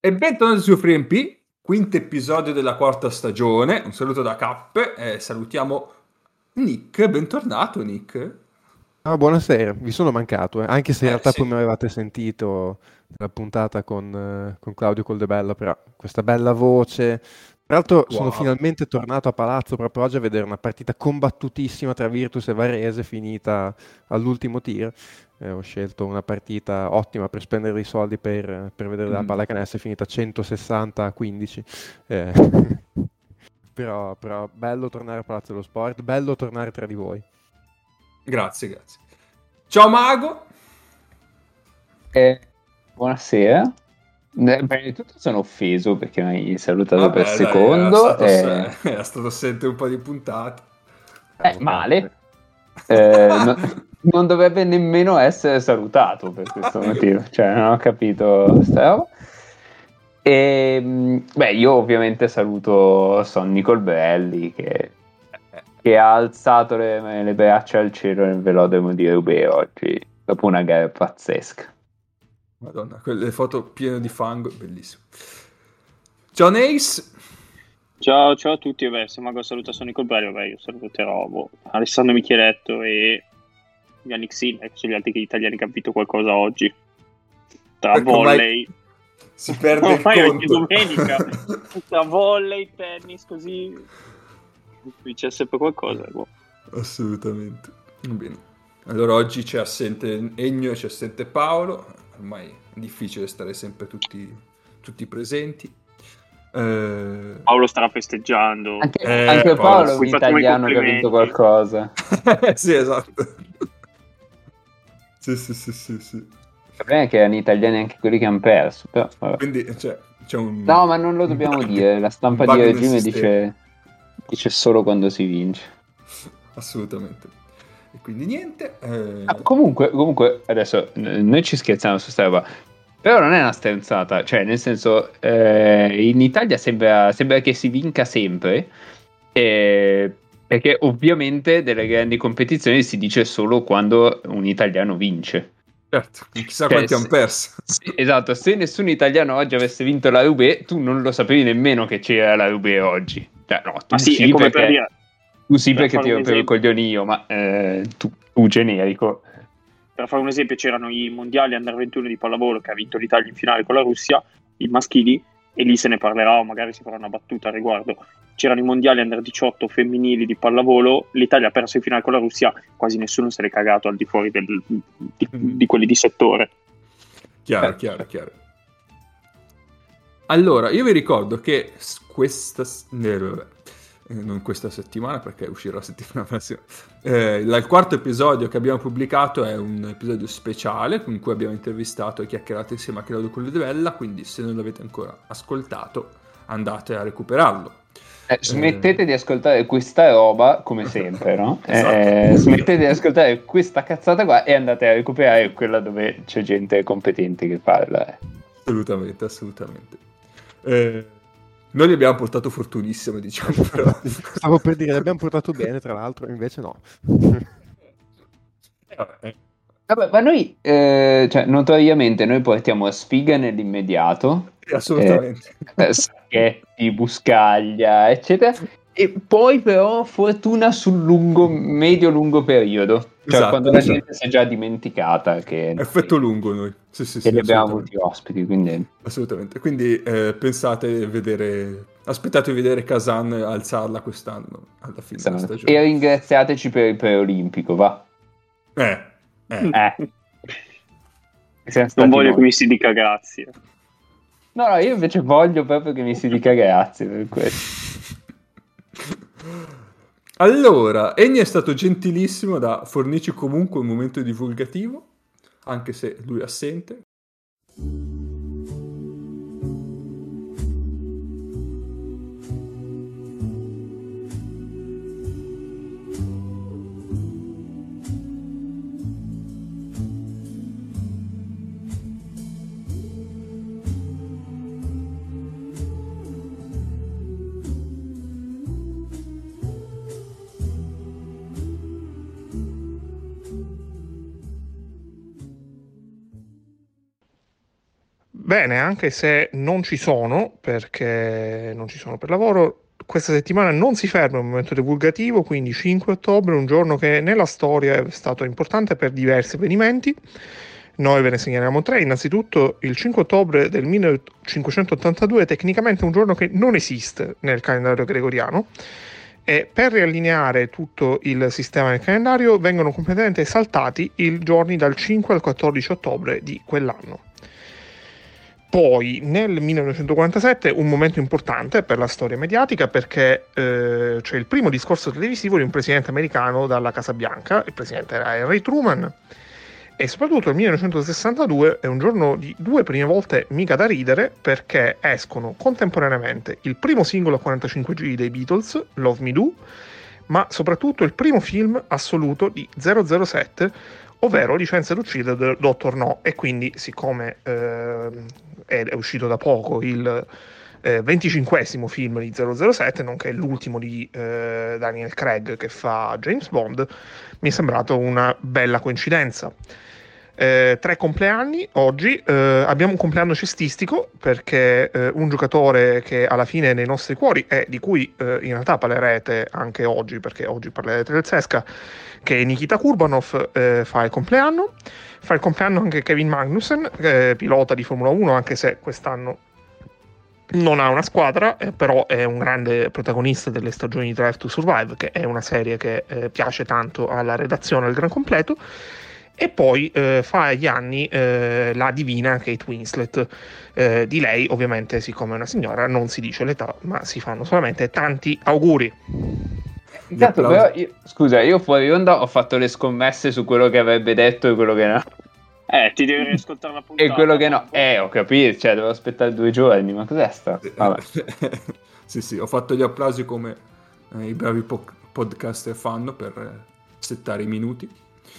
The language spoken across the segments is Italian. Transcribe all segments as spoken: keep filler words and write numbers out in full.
E bentornati su FreeMP, quinto episodio della quarta stagione. Un saluto da Cappe e salutiamo Nick. Bentornato, Nick. Ah, buonasera, vi sono mancato, eh, anche se in Eh realtà poi sì, mi avevate sentito nella puntata con, eh, con Claudio Coldebella, però questa bella voce. Tra l'altro sono wow. finalmente tornato a Palazzo proprio oggi a vedere una partita combattutissima tra Virtus e Varese finita all'ultimo tir. Eh, ho scelto una partita ottima per spendere dei soldi per, per vedere la Mm. pallacanestro, è finita centosessanta a quindici. Eh, però, però bello tornare a Palazzo dello Sport, bello tornare tra di voi. Grazie, grazie. Ciao Mago. Eh, buonasera. Eh, Prima di tutto sono offeso perché mi hai salutato per Vabbè, dai, è secondo. stato, Eh, se- è stato assente un po' di puntate. eh, male. Eh, no- non dovrebbe nemmeno essere salutato per questo motivo. Cioè, non ho capito sta roba. E, mh, beh, io ovviamente saluto Sonny Colbrelli che, che ha alzato le, le braccia al cielo nel velodromo di Roubaix oggi, dopo una gara pazzesca. Madonna, quelle foto piene di fango, bellissimo. Ciao Nace. Ciao, ciao a tutti, vabbè, se Mago saluta Sonic Colbrelli, vabbè, io saluto Terobo, Alessandro Micheletto e Yannick Sinner, che sono gli altri italiani che hanno vinto qualcosa oggi. Tra Ecco, ormai volley, si perde il ormai ogni conto. domenica, tra volley, tennis, così, vince sempre qualcosa. Boh. Assolutamente. Va bene. Allora oggi c'è assente Ennio e c'è assente Paolo. Ormai è difficile stare sempre tutti, tutti presenti. Eh... Paolo starà festeggiando. Anche, Eh, anche Paolo, Paolo è un Qui facciamo i italiano che ha vinto complimenti. qualcosa. sì, esatto. sì, sì, sì, sì, sì. Il problema è che erano italiani anche quelli che hanno perso. Però, vabbè. Quindi cioè, c'è un... No, ma non lo un dobbiamo bug- dire. La un stampa bug di nel regime sistema. dice, dice solo quando si vince. Assolutamente. E quindi niente. Eh... Ah, comunque, comunque, adesso eh, noi ci scherziamo su sta roba. Però non è una stronzata. Cioè, nel senso, eh, in Italia sembra, sembra che si vinca sempre. eh, perché ovviamente delle grandi competizioni si dice solo quando un italiano vince. Certo, chissà Cioè, quanti se- hanno perso. sì, esatto, se nessun italiano oggi avesse vinto la Roubaix, tu non lo sapevi nemmeno che c'era la Roubaix oggi. Cioè, no, tu Ma sì, sì, è come per perché, dire, tu sì per perché fare ti un rompevo i esempio. coglioni io, ma eh, tu, tu generico. Per fare un esempio, c'erano i mondiali under ventuno di pallavolo che ha vinto l'Italia in finale con la Russia, i maschili, e lì se ne parlerà o magari si farà una battuta a riguardo. C'erano i mondiali under diciotto femminili di pallavolo, l'Italia ha perso in finale con la Russia, quasi nessuno se l'è cagato al di fuori del, di, di quelli di settore. Chiaro, Eh, chiaro, chiaro. Allora, io vi ricordo che s- questa... s- eh, vabbè, eh, non questa settimana perché uscirà la settimana prossima. Eh, la- il quarto episodio che abbiamo pubblicato è un episodio speciale in cui abbiamo intervistato e chiacchierato insieme a Claudio Colledevella, quindi se non l'avete ancora ascoltato andate a recuperarlo. eh, smettete di ascoltare questa roba, come sempre, no? Esatto. Eh, smettete di ascoltare questa cazzata qua e andate a recuperare quella dove c'è gente competente che parla. eh. Assolutamente, assolutamente. Eh, noi li abbiamo portato fortunissimo, diciamo, però... Stavo per dire, l'abbiamo portato bene, tra l'altro, invece no. Eh, vabbè. Vabbè, ma noi, eh, cioè, notoriamente, noi portiamo a sfiga nell'immediato, Sì, assolutamente. eh, Sacchetti, Buscaglia, eccetera, e poi però fortuna sul lungo, medio-lungo periodo, cioè Esatto, quando la esatto. gente si è già dimenticata che, Effetto lungo noi. Sì, sì, che sì, li abbiamo assolutamente. avuti ospiti, quindi... Assolutamente. Quindi eh, pensate di vedere... Aspettate di vedere Kazan alzarla quest'anno, alla fine della Esatto. stagione. E ringraziateci per il preolimpico, va. Eh, eh. Eh. Siamo Non stati voglio noi. che mi si dica grazie. No, no, io invece voglio proprio che mi si dica grazie per questo. Allora, Ennio è stato gentilissimo da fornirci comunque un momento divulgativo, anche se lui è assente. bene, anche se non ci sono, perché non ci sono per lavoro. Questa settimana non si ferma il momento divulgativo, quindi cinque ottobre, un giorno che nella storia è stato importante per diversi avvenimenti. Noi ve ne segnaliamo tre. Innanzitutto il cinque ottobre del millecinquecentottantadue è tecnicamente un giorno che non esiste nel calendario gregoriano, e per riallineare tutto il sistema del calendario vengono completamente saltati i giorni dal cinque al quattordici ottobre di quell'anno. Poi nel millenovecentoquarantasette un momento importante per la storia mediatica, perché eh, c'è il primo discorso televisivo di un presidente americano dalla Casa Bianca. Il presidente era Harry Truman. E soprattutto il millenovecentosessantadue è un giorno di due prime volte mica da ridere, perché escono contemporaneamente il primo singolo a quarantacinque giri dei Beatles, Love Me Do, ma soprattutto il primo film assoluto di zero zero sette, ovvero Licenza d'uccidere del dottor No. E quindi, siccome eh, è uscito da poco il eh, venticinquesimo film di zero zero sette, nonché l'ultimo di eh, Daniel Craig che fa James Bond, mi è sembrato una bella coincidenza. Eh, tre compleanni oggi. Eh, abbiamo un compleanno cestistico, perché eh, un giocatore che alla fine è nei nostri cuori, e di cui eh, in realtà parlerete anche oggi, perché oggi parlerete del Cesca, che è Nikita Kurbanov, eh, fa il compleanno. Fa il compleanno anche Kevin Magnussen, eh, pilota di Formula uno, anche se quest'anno non ha una squadra, eh, però è un grande protagonista delle stagioni di Drive to Survive, che è una serie che eh, piace tanto alla redazione al Gran Completo. E poi eh, fa gli anni eh, la divina Kate Winslet. Eh, di lei, ovviamente, siccome è una signora, non si dice l'età, ma si fanno solamente tanti auguri. Esatto, però io, scusa, io fuori onda ho fatto le scommesse su quello che avrebbe detto e quello che no. Eh, ti devi riascoltare la puntata. E quello che no. Eh, ho capito, cioè, devo aspettare due giorni, ma cos'è sta? Vabbè. Sì, sì, ho fatto gli applausi come eh, i bravi po- podcaster fanno per eh, settare i minuti.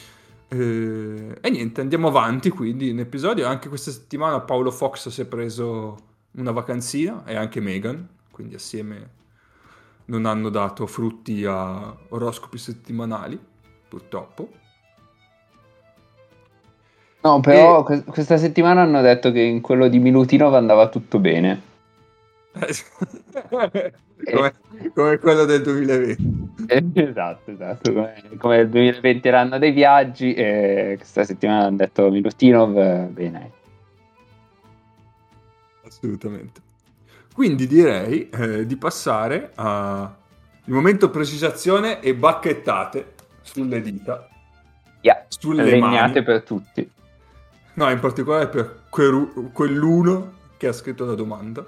Eh, e niente, andiamo avanti quindi in episodio. Anche questa settimana Paolo Fox si è preso una vacanzina, e anche Meghan, quindi assieme non hanno dato frutti a oroscopi settimanali, purtroppo. No, però e... questa settimana hanno detto che in quello di Milutinov andava tutto bene. come, come quello del duemilaventi. Esatto, esatto, come, come il duemilaventi era l'anno dei viaggi, e questa settimana hanno detto Milutinov, bene. Assolutamente. Quindi direi eh, di passare al momento precisazione e bacchettate sulle dita. Yeah, sulle legnate mani. Per tutti. No, in particolare per quel, quell'uno che ha scritto la domanda.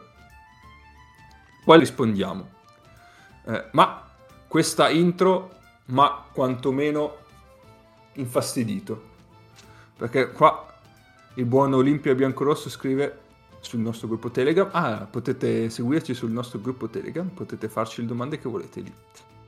Poi rispondiamo. Eh, ma questa intro ma quantomeno infastidito, perché qua il buon Olimpia Biancorosso scrive sul nostro gruppo Telegram: ah, potete seguirci sul nostro gruppo Telegram, potete farci le domande che volete lì.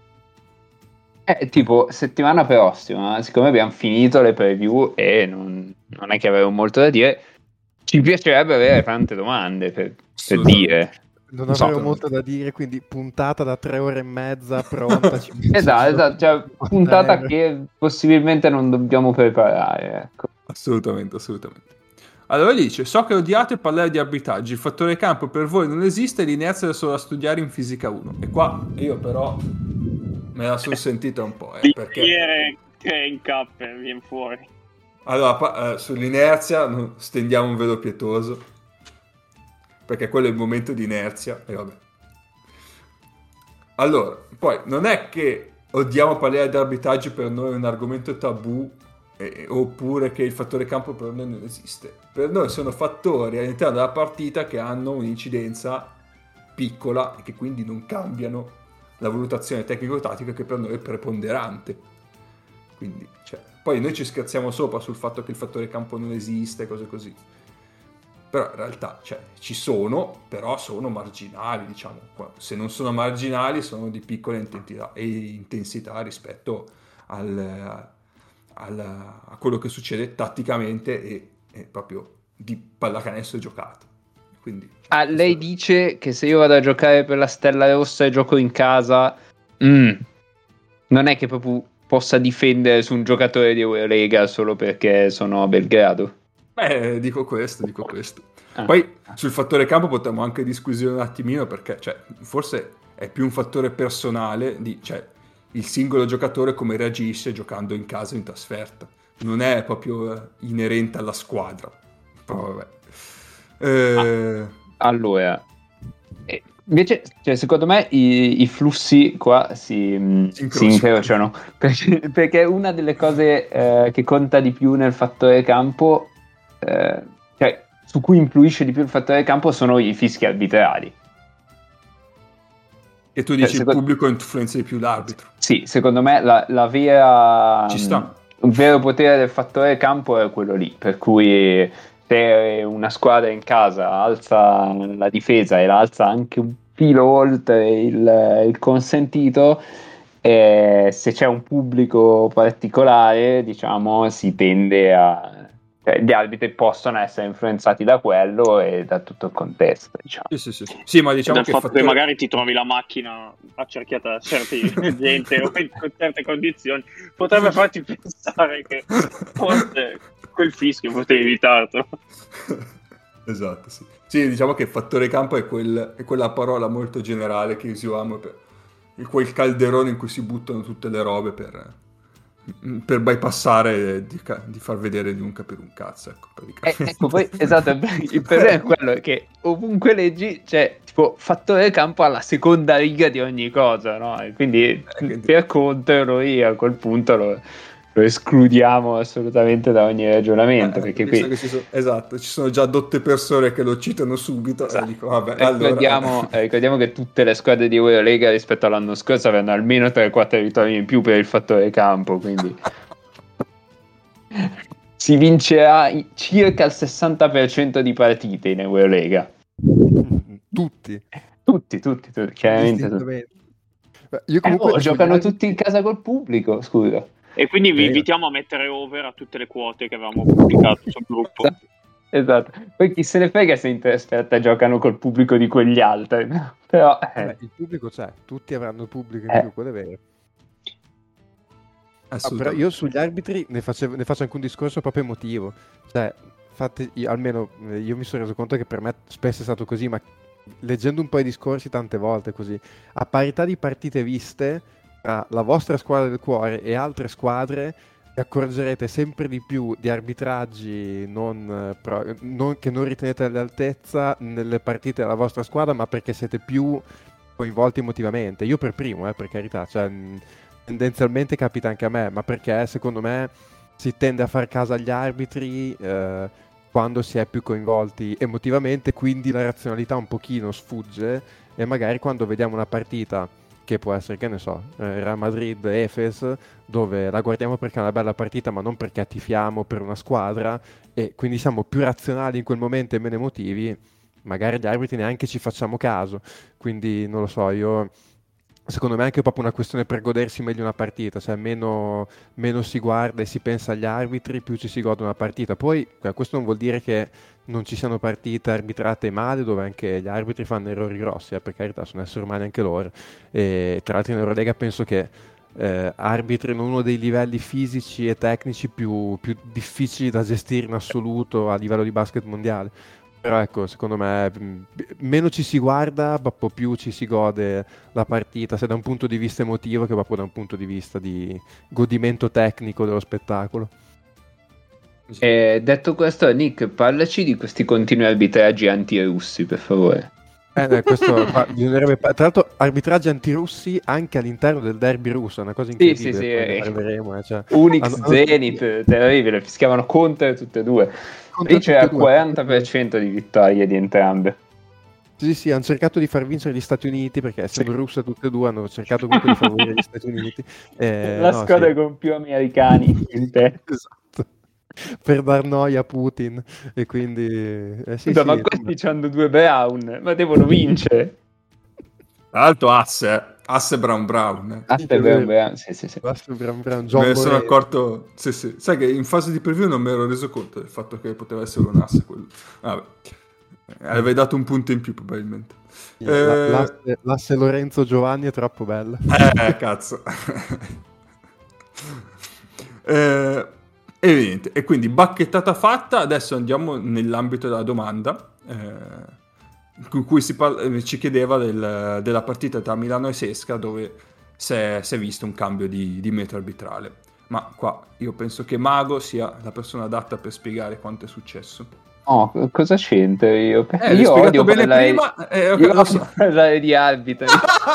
Eh, tipo, settimana prossima, siccome abbiamo finito le preview e non, non è che avevo molto da dire, ci piacerebbe avere tante domande per, per dire. Non avevo molto da dire, quindi puntata da tre ore e mezza pronta. Ci esatto, esatto, cioè puntata che possibilmente non dobbiamo preparare, ecco. Assolutamente, assolutamente. Allora dice: so che odiate parlare di arbitraggi, il fattore campo per voi non esiste, l'inerzia è solo da studiare in fisica uno. E qua io però me la sono sentita un po', eh, perché che è in cappe viene fuori. Allora, pa- eh, sull'inerzia non stendiamo un velo pietoso, perché quello è il momento di inerzia, e vabbè. Allora, poi non è che odiamo parlare di arbitraggi, per noi è un argomento tabù, eh, oppure che il fattore campo per noi non esiste. Per noi sono fattori all'interno della partita che hanno un'incidenza piccola e che quindi non cambiano la valutazione tecnico-tattica, che per noi è preponderante. Quindi, cioè, poi noi ci scherziamo sopra sul fatto che il fattore campo non esiste, cose così. Però in realtà, cioè, ci sono, però sono marginali, diciamo. Se non sono marginali, sono di piccola intensità, e intensità rispetto al, al, a quello che succede tatticamente e, e proprio di pallacanestro giocato. Quindi, cioè, ah, lei dice che se io vado a giocare per la Stella Rossa e gioco in casa, mm, non è che proprio possa difendere su un giocatore di Eurolega solo perché sono a Belgrado? Beh, dico questo, dico questo. Ah. Poi sul fattore campo potremmo anche discutere un attimino, perché cioè, forse è più un fattore personale di, cioè, il singolo giocatore come reagisce giocando in casa o in trasferta. Non è proprio eh, inerente alla squadra. Però vabbè. Eh... Ah, allora, eh, invece, cioè, secondo me i, i flussi qua si, mh, Si si incrociano, perché, perché una delle cose eh, che conta di più nel fattore campo, eh, cioè su cui influisce di più il fattore campo, sono i fischi arbitrali. E tu dici Cioè, secondo... il pubblico influenza di più l'arbitro. Sì, secondo me la, la vera, Ci sta. il vero potere del fattore campo è quello lì, per cui se una squadra in casa alza la difesa e la alza anche un filo oltre il, il consentito, eh, se c'è un pubblico particolare, diciamo, si tende a... Cioè, gli arbitri possono essere influenzati da quello e da tutto il contesto, diciamo. Sì, sì, sì. Sì, ma diciamo dal che fatto fattore... che magari ti trovi la macchina accerchiata da certi gente o in certe condizioni, potrebbe farti pensare che forse quel fischio potevi evitarlo. Esatto, sì. Sì, diciamo che il fattore campo è, quel, è quella parola molto generale che usiamo per quel calderone in cui si buttano tutte le robe per, per bypassare e di, di far vedere di non capire un cazzo, ecco, eh, ecco poi esatto, il problema è quello che ovunque leggi c'è tipo fattore campo alla seconda riga di ogni cosa, no? E quindi, eh, quindi per contro noi a quel punto lo, lo escludiamo assolutamente da ogni ragionamento, eh, perché qui... che ci sono, esatto, ci sono già dotte persone che lo citano subito, esatto. E dico vabbè, ricordiamo, allora... eh, ricordiamo che tutte le squadre di Eurolega rispetto all'anno scorso avevano almeno tre quattro vittorie in più per il fattore campo, quindi si vincerà circa il sessanta per cento di partite in Eurolega. Tutti tutti, tutti, tutti chiaramente tutti. Io comunque eh, oh, giocano altri... tutti in casa col pubblico, scusa. E quindi vi invitiamo a mettere over a tutte le quote che avevamo pubblicato sul gruppo. Esatto. Esatto. Poi chi se ne frega se in trasferta giocano col pubblico di quegli altri, no? Però eh. Beh, il pubblico c'è, tutti avranno pubblico in eh. più, quello è vero. Ah, però io sugli arbitri ne, facevo, ne faccio anche un discorso proprio emotivo. Cioè, fate, io, almeno io mi sono reso conto che per me spesso è stato così, ma leggendo un po' i discorsi tante volte così, a parità di partite viste tra la vostra squadra del cuore e altre squadre, vi accorgerete sempre di più di arbitraggi non, pro, non, che non ritenete all'altezza nelle partite della vostra squadra, ma perché siete più coinvolti emotivamente. Io per primo, eh, per carità, cioè, tendenzialmente capita anche a me, ma perché secondo me si tende a far caso agli arbitri eh, quando si è più coinvolti emotivamente, quindi la razionalità un pochino sfugge, e magari quando vediamo una partita che può essere, che ne so, eh, Real Madrid-Efes, dove la guardiamo perché è una bella partita, ma non perché tifiamo per una squadra, e quindi siamo più razionali in quel momento e meno emotivi, magari gli arbitri neanche ci facciamo caso. Quindi non lo so, io secondo me è anche proprio una questione per godersi meglio una partita, cioè meno, meno si guarda e si pensa agli arbitri, più ci si gode una partita. Poi questo non vuol dire che non ci siano partite arbitrate male dove anche gli arbitri fanno errori grossi, eh, per carità, sono esseri umani anche loro. E tra l'altro in Eurolega penso che eh, arbitrino uno dei livelli fisici e tecnici più, più difficili da gestire in assoluto a livello di basket mondiale. Però ecco, secondo me meno ci si guarda, più ci si gode la partita, sia da un punto di vista emotivo che proprio da un punto di vista di godimento tecnico dello spettacolo. E detto questo, Nick, parlaci di questi continui arbitraggi anti-russi, per favore. Eh, questo, qua, bisognerebbe, tra l'altro arbitraggi antirussi anche all'interno del derby russo, è una cosa incredibile. Sì, sì, sì. Arriveremo, eh, cioè, Unix, hanno, Zenit, hanno... terribile, fischiavano contro tutte e due. Lì c'era il quaranta per cento di vittorie di entrambe. Sì, sì, hanno cercato di far vincere gli Stati Uniti, perché essendo sì. russe tutte e due hanno cercato comunque di favorire gli Stati Uniti. Eh, La no, squadra sì. con più americani in te. Esatto. Per dar noia a Putin, e quindi eh, sì, Scusa, sì, ma questi hanno due Brown, ma devono vincere. Tra l'altro asse, asse Brown Brown. Eh. Asse Brown Brown, sì, sì, sì. Asse Brown Brown, John me ne sono Moreno. accorto, sì, sì. Sai che in fase di preview non mi ero reso conto del fatto che poteva essere un asse quello. Vabbè. Avevi dato un punto in più probabilmente. Sì, eh... l'asse, l'asse Lorenzo Giovanni è troppo bella. Eh, cazzo. eh... Evidente. E quindi bacchettata fatta, adesso andiamo nell'ambito della domanda, eh, in cui si parla, ci chiedeva del, della partita tra Milano e Sesca, dove si è, si è visto un cambio di, di metro arbitrale. Ma qua io penso che Mago sia la persona adatta per spiegare quanto è successo. Oh, cosa c'entro io? Eh, io l'hai odio spiegato bene parlare, prima. Eh, io lo so. odio parlare di arbitri.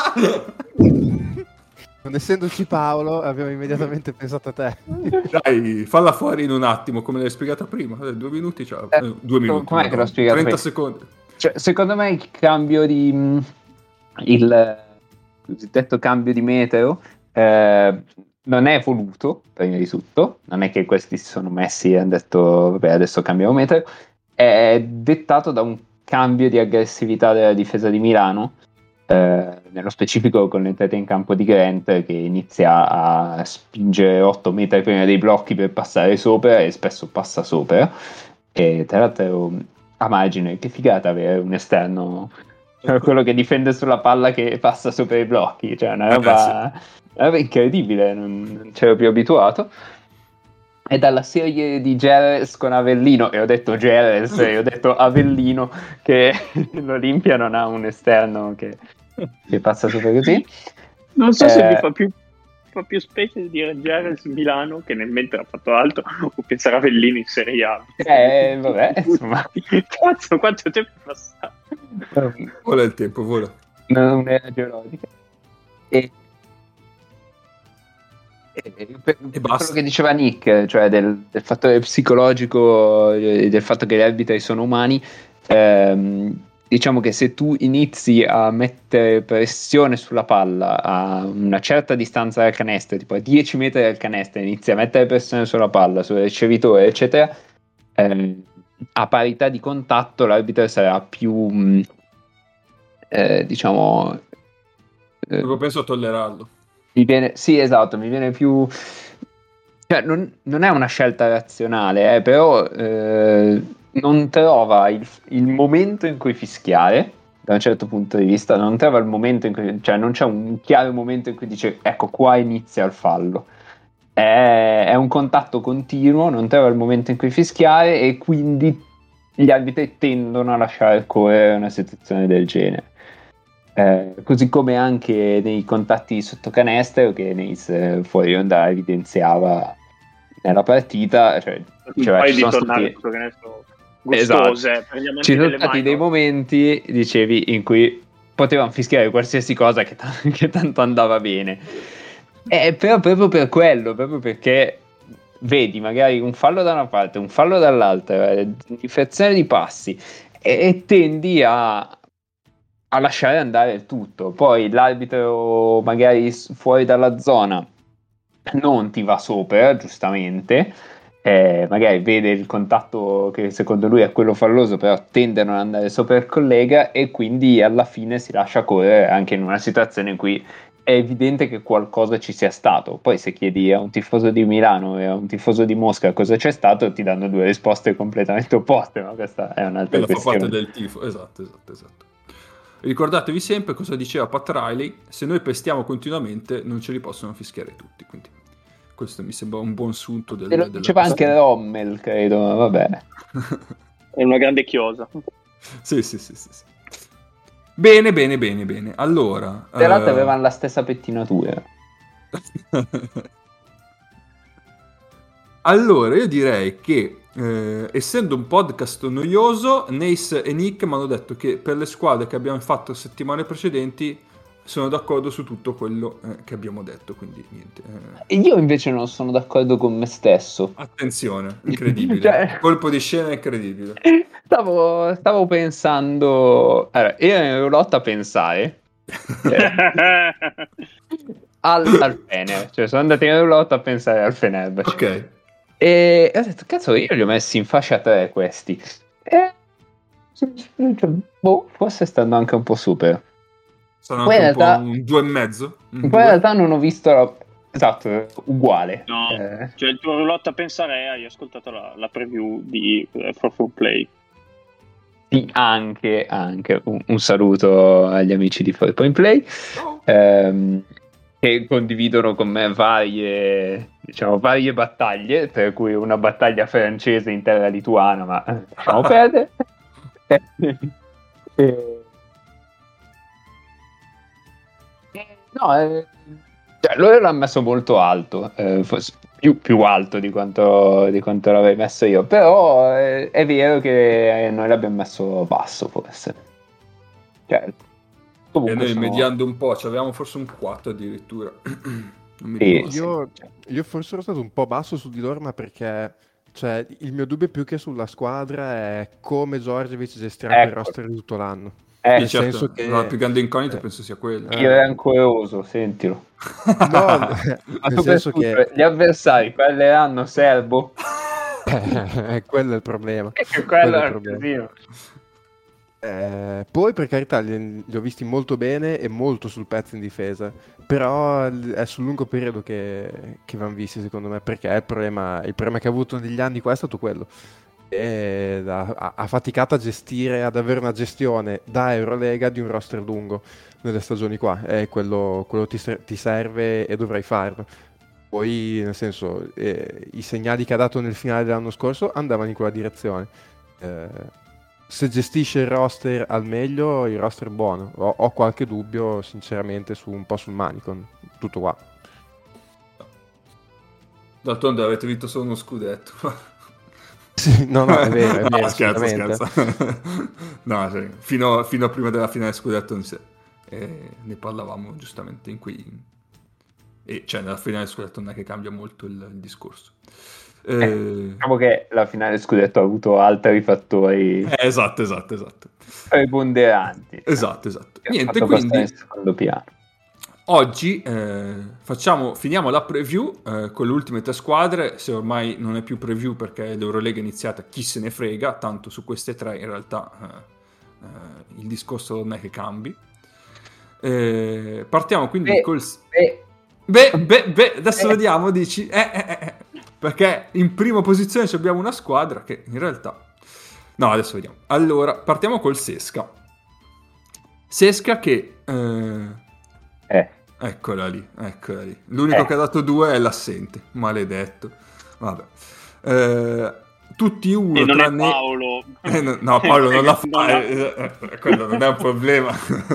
Non essendoci Paolo, abbiamo immediatamente pensato a te. Dai, falla fuori in un attimo, come l'hai spiegata prima. Eh, due minuti, cioè, Eh, eh, due minuti. com'è no, che l'ho spiegata trenta prima? secondi. Cioè, secondo me il cambio di mh, il cosiddetto cambio di meteo eh, non è voluto, prima di tutto. Non è che questi si sono messi e hanno detto vabbè adesso cambiamo meteo. È dettato da un cambio di aggressività della difesa di Milano, eh, nello specifico con l'entrata in campo di Grant, che inizia a spingere otto metri prima dei blocchi per passare sopra, e spesso passa sopra. E tra l'altro a margine, che figata avere un esterno, cioè quello che difende sulla palla che passa sopra i blocchi, cioè una roba, una roba incredibile, non, non c'ero più abituato. È dalla serie di Geres con Avellino, e ho detto Geres e ho detto Avellino, che l'Olimpia non ha un esterno che, che passa sopra così. Non so Eh, se mi fa più, fa più specie di dire Geres Milano, che nel mentre ha fatto altro, o pensare a Avellino in Serie A. Eh, vabbè, insomma. Cazzo, quanto tempo è passato? Vola il tempo, vola. Non era geologica. E E per, per basta. quello che diceva Nick, cioè del, del fattore psicologico, eh, del fatto che gli arbitri sono umani, ehm, diciamo che se tu inizi a mettere pressione sulla palla a una certa distanza dal canestro, tipo a dieci metri dal canestro, inizi a mettere pressione sulla palla, sul ricevitore, eccetera, ehm, a parità di contatto l'arbitro sarà più, mh, eh, diciamo... eh, Proprio penso a tollerarlo. Mi viene, sì, esatto, mi viene più... Cioè, non, non è una scelta razionale, eh, però eh, non trova il, il momento in cui fischiare, da un certo punto di vista, non trova il momento in cui... Cioè, non c'è un chiaro momento in cui dice, ecco, qua inizia il fallo. È, è un contatto continuo, non trova il momento in cui fischiare, e quindi gli arbitri tendono a lasciare correre una situazione del genere. Eh, così come anche nei contatti sotto canestro, che Neis eh, fuori onda evidenziava nella partita, cioè, diceva, ci sono stati, gustose, esatto, per gli amanti ci sono delle stati minor. dei momenti, dicevi, in cui potevano fischiare qualsiasi cosa che, t- che tanto andava bene, eh, però proprio per quello, proprio perché vedi magari un fallo da una parte, un fallo dall'altra, eh, infrazione di passi, e, e tendi a a lasciare andare il tutto. Poi l'arbitro magari fuori dalla zona non ti va sopra, giustamente, eh, magari vede il contatto che secondo lui è quello falloso, però tende a non andare sopra il collega, e quindi alla fine si lascia correre anche in una situazione in cui è evidente che qualcosa ci sia stato. Poi se chiedi a un tifoso di Milano e a un tifoso di Mosca cosa c'è stato, ti danno due risposte completamente opposte, ma questa è un'altra Quella fa questione. parte del tifo, esatto, esatto, esatto. Ricordatevi sempre cosa diceva Pat Riley: se noi pestiamo continuamente non ce li possono fischiare tutti, quindi questo mi sembra un buon sunto del, Te lo della diceva anche questione. Rommel, credo, vabbè. È una grande chiosa. Sì, sì, sì, sì, sì. Bene, bene, bene, bene. Allora... Tra l'altro eh, avevano la stessa pettinatura. Allora, io direi che, eh, essendo un podcast noioso, Nace e Nick mi hanno detto che per le squadre che abbiamo fatto settimane precedenti sono d'accordo su tutto quello eh, che abbiamo detto, quindi niente. eh. E io invece non sono d'accordo con me stesso. Attenzione, incredibile. Cioè- Colpo di scena incredibile. Stavo, stavo pensando... Allora, io ero lotta a pensare eh, al, al Fener. Cioè, sono andato in lotta a pensare al Fenerbahce. Ok. E ho detto, cazzo, io li ho messi in fascia tre questi. E... cioè, boh, forse stanno anche un po' super. Sono Poi anche in un realtà- po' un due e mezzo. Un Poi in due. realtà non ho visto... La... Esatto, uguale. No, Eh, cioè il tuo roulotte a pensare, hai ascoltato la, la preview di uh, For Full Play. sì, anche, anche un, un saluto agli amici di Four Point Play. Oh. Ehm, che condividono con me varie, diciamo, varie battaglie, per cui una battaglia francese in terra lituana, ma lasciamo perdere. e... No, eh, cioè, loro l'hanno messo molto alto, eh, forse più, più alto di quanto, di quanto l'avrei messo io, però eh, è vero che noi l'abbiamo messo basso, forse. Cioè, e noi sono... mediando un po', cioè avevamo forse un quattro addirittura. Non mi Sì, ricordo. Io, io forse ero stato un po' basso su di loro, ma perché cioè, il mio dubbio più che sulla squadra è come Djordjevic gestirà Ecco. il roster di tutto l'anno. Eh, Nel certo, senso che la più grande incognita eh, penso sia quella. io ero ancoroso, sentilo. no, Ma nel tu senso per che gli avversari parleranno serbo? eh, quello è il problema. Quello Quello è è il il problema. casino. Eh, poi per carità li, li ho visti molto bene e molto sul pezzo in difesa, però l- è sul lungo periodo che, che vanno visti secondo me, perché il problema, il problema che ha avuto negli anni qua è stato quello. E ha, ha- ha faticato a gestire, ad avere una gestione da Eurolega di un roster lungo nelle stagioni qua, e quello, quello ti, ser- ti serve e dovrai farlo. Poi nel senso eh, i segnali che ha dato nel finale dell'anno scorso andavano in quella direzione. Eh, se gestisce il roster al meglio, il roster è buono. Ho, ho qualche dubbio, sinceramente, su un po' sul Manicon. Tutto qua. D'altronde avete vinto solo uno scudetto. Sì, no, no, è vero, è vero. No, scherzo, assolutamente. scherzo. No, cioè, fino, fino a prima della finale scudetto non si- eh, ne parlavamo giustamente in quei... E, cioè, nella finale scudetto non è che cambia molto il, il discorso. Eh, Eh, diciamo che la finale scudetto ha avuto altri fattori eh, esatto, esatto, esatto. preponderanti. Esatto, esatto. Che ha Niente, fatto passare quindi... in secondo piano. Oggi eh, facciamo, finiamo la preview eh, con le ultime tre squadre, se ormai non è più preview perché l'Eurolega è iniziata, chi se ne frega, tanto su queste tre in realtà eh, eh, il discorso non è che cambi. Eh, partiamo quindi Beh, col... beh, Beh, beh, beh, adesso Eh. vediamo, dici, eh, eh, eh, perché in prima posizione ci abbiamo una squadra che in realtà... No, adesso vediamo. Allora, partiamo col Sesca. Sesca che... eh, eh. Eccola lì, eccola lì. L'unico Eh. che ha dato due è l'assente, maledetto. Vabbè. Eh, tutti uno E non è tranne... Paolo. Eh, no, no, Paolo non la fa, Non ha- eh, eh, quello non è un problema.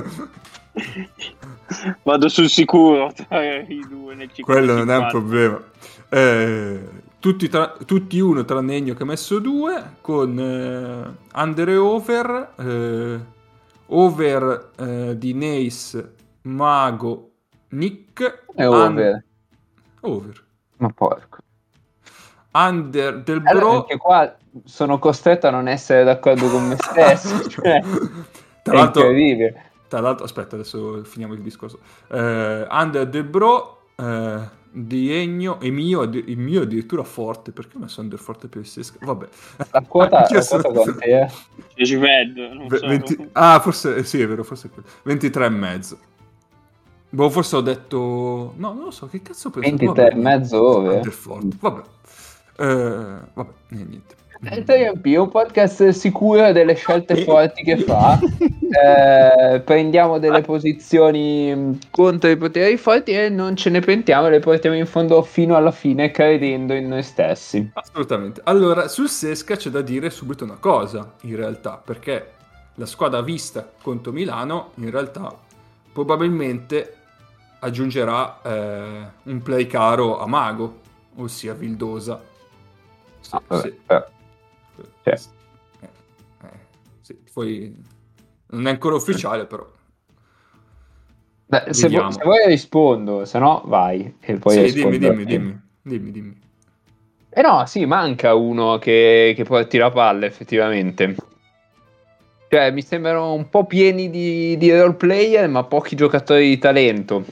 Vado sul sicuro tra i due nel Quello non è un cinquanta. problema. Eh, tutti, tra- tutti uno tranne Ennio che ha messo due, con eh, under e over, eh, over eh, di Nace, Mago, Nick, È un- over. over. Ma porco. Under del Allora, Bro. anche qua sono costretto a non essere d'accordo con me stesso. Cioè, Tra è l'altro, incredibile. tra l'altro, aspetta, adesso finiamo il discorso. Eh, under del Bro, eh, di Ennio e mio, addi- il mio addirittura forte. Perché ho messo under forte per il Sesca? Vabbè. La quota, Anch'io la quota sono- quanti è? Ci vedo, non Ve- so. venti Ah, forse eh, sì, è vero, forse è quello. ventitré e mezzo. Boh, forse ho detto... No, non lo so, che cazzo ho pensato? ventitré e Vabbè, mezzo over. under forte. Vabbè. Eh, vabbè, eh, niente. Il tre M P è un podcast sicuro delle scelte forti che fa. Eh, prendiamo delle posizioni mh, contro i poteri forti e non ce ne pentiamo, le portiamo in fondo fino alla fine, credendo in noi stessi. Assolutamente. Allora, sul Sesca c'è da dire subito una cosa, in realtà, perché la squadra vista contro Milano, in realtà, probabilmente aggiungerà eh, un play caro a Mago, ossia Vildosa. Sì, Ah, vabbè, sì. però, cioè. Eh, eh, sì, poi non è ancora ufficiale, però. Beh, se, Vediamo. vu- se vuoi rispondo, se no vai e poi Sì, rispondo dimmi, a dimmi, te. dimmi, dimmi, dimmi. Eh no, sì, manca uno che, che porti la palla effettivamente. Cioè, mi sembrano un po' pieni di, di role player, ma pochi giocatori di talento.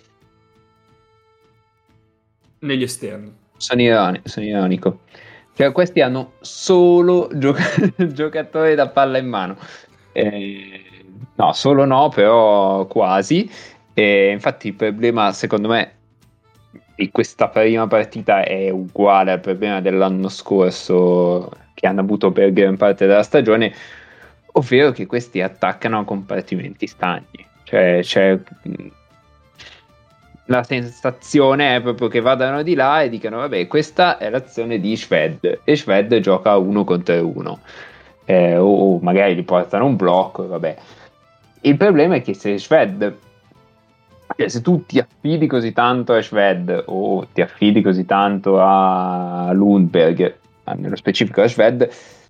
Negli esterni. Sono ironico, sono ironico. Cioè, questi hanno solo gioca- giocatori da palla in mano. Eh, no, solo no, però quasi. E infatti il problema, secondo me, di questa prima partita è uguale al problema dell'anno scorso che hanno avuto per gran parte della stagione, ovvero che questi attaccano a compartimenti stagni. Cioè, c'è la sensazione è proprio che vadano di là e dicano vabbè, questa è l'azione di Shved e Shved gioca uno contro uno, eh, o, o magari gli portano un blocco, vabbè. Il problema è che se Shved, cioè se tu ti affidi così tanto a Shved o ti affidi così tanto a Lundberg, nello specifico a Shved,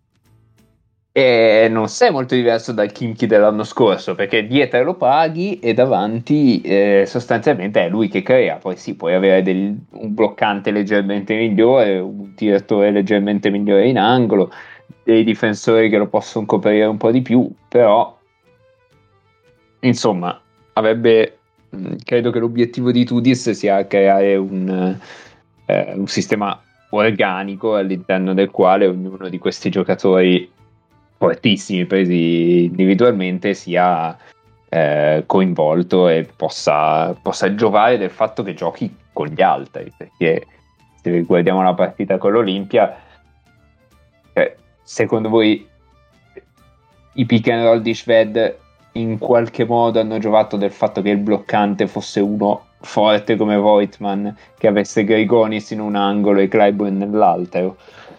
e non sei molto diverso dal Kimchi dell'anno scorso, perché dietro lo paghi e davanti eh, sostanzialmente è lui che crea. Poi sì, puoi avere del, un bloccante leggermente migliore, un tiratore leggermente migliore in angolo, dei difensori che lo possono coprire un po' di più, però insomma avrebbe, mh, credo che l'obiettivo di Tudis sia creare un, eh, un sistema organico all'interno del quale ognuno di questi giocatori fortissimi presi individualmente sia eh, coinvolto e possa, possa giovare del fatto che giochi con gli altri, perché se guardiamo la partita con l'Olimpia, eh, secondo voi i pick and roll di Shved in qualche modo hanno giovato del fatto che il bloccante fosse uno forte come Voigtman, che avesse Grigonis in un angolo e Clyburn nell'altro?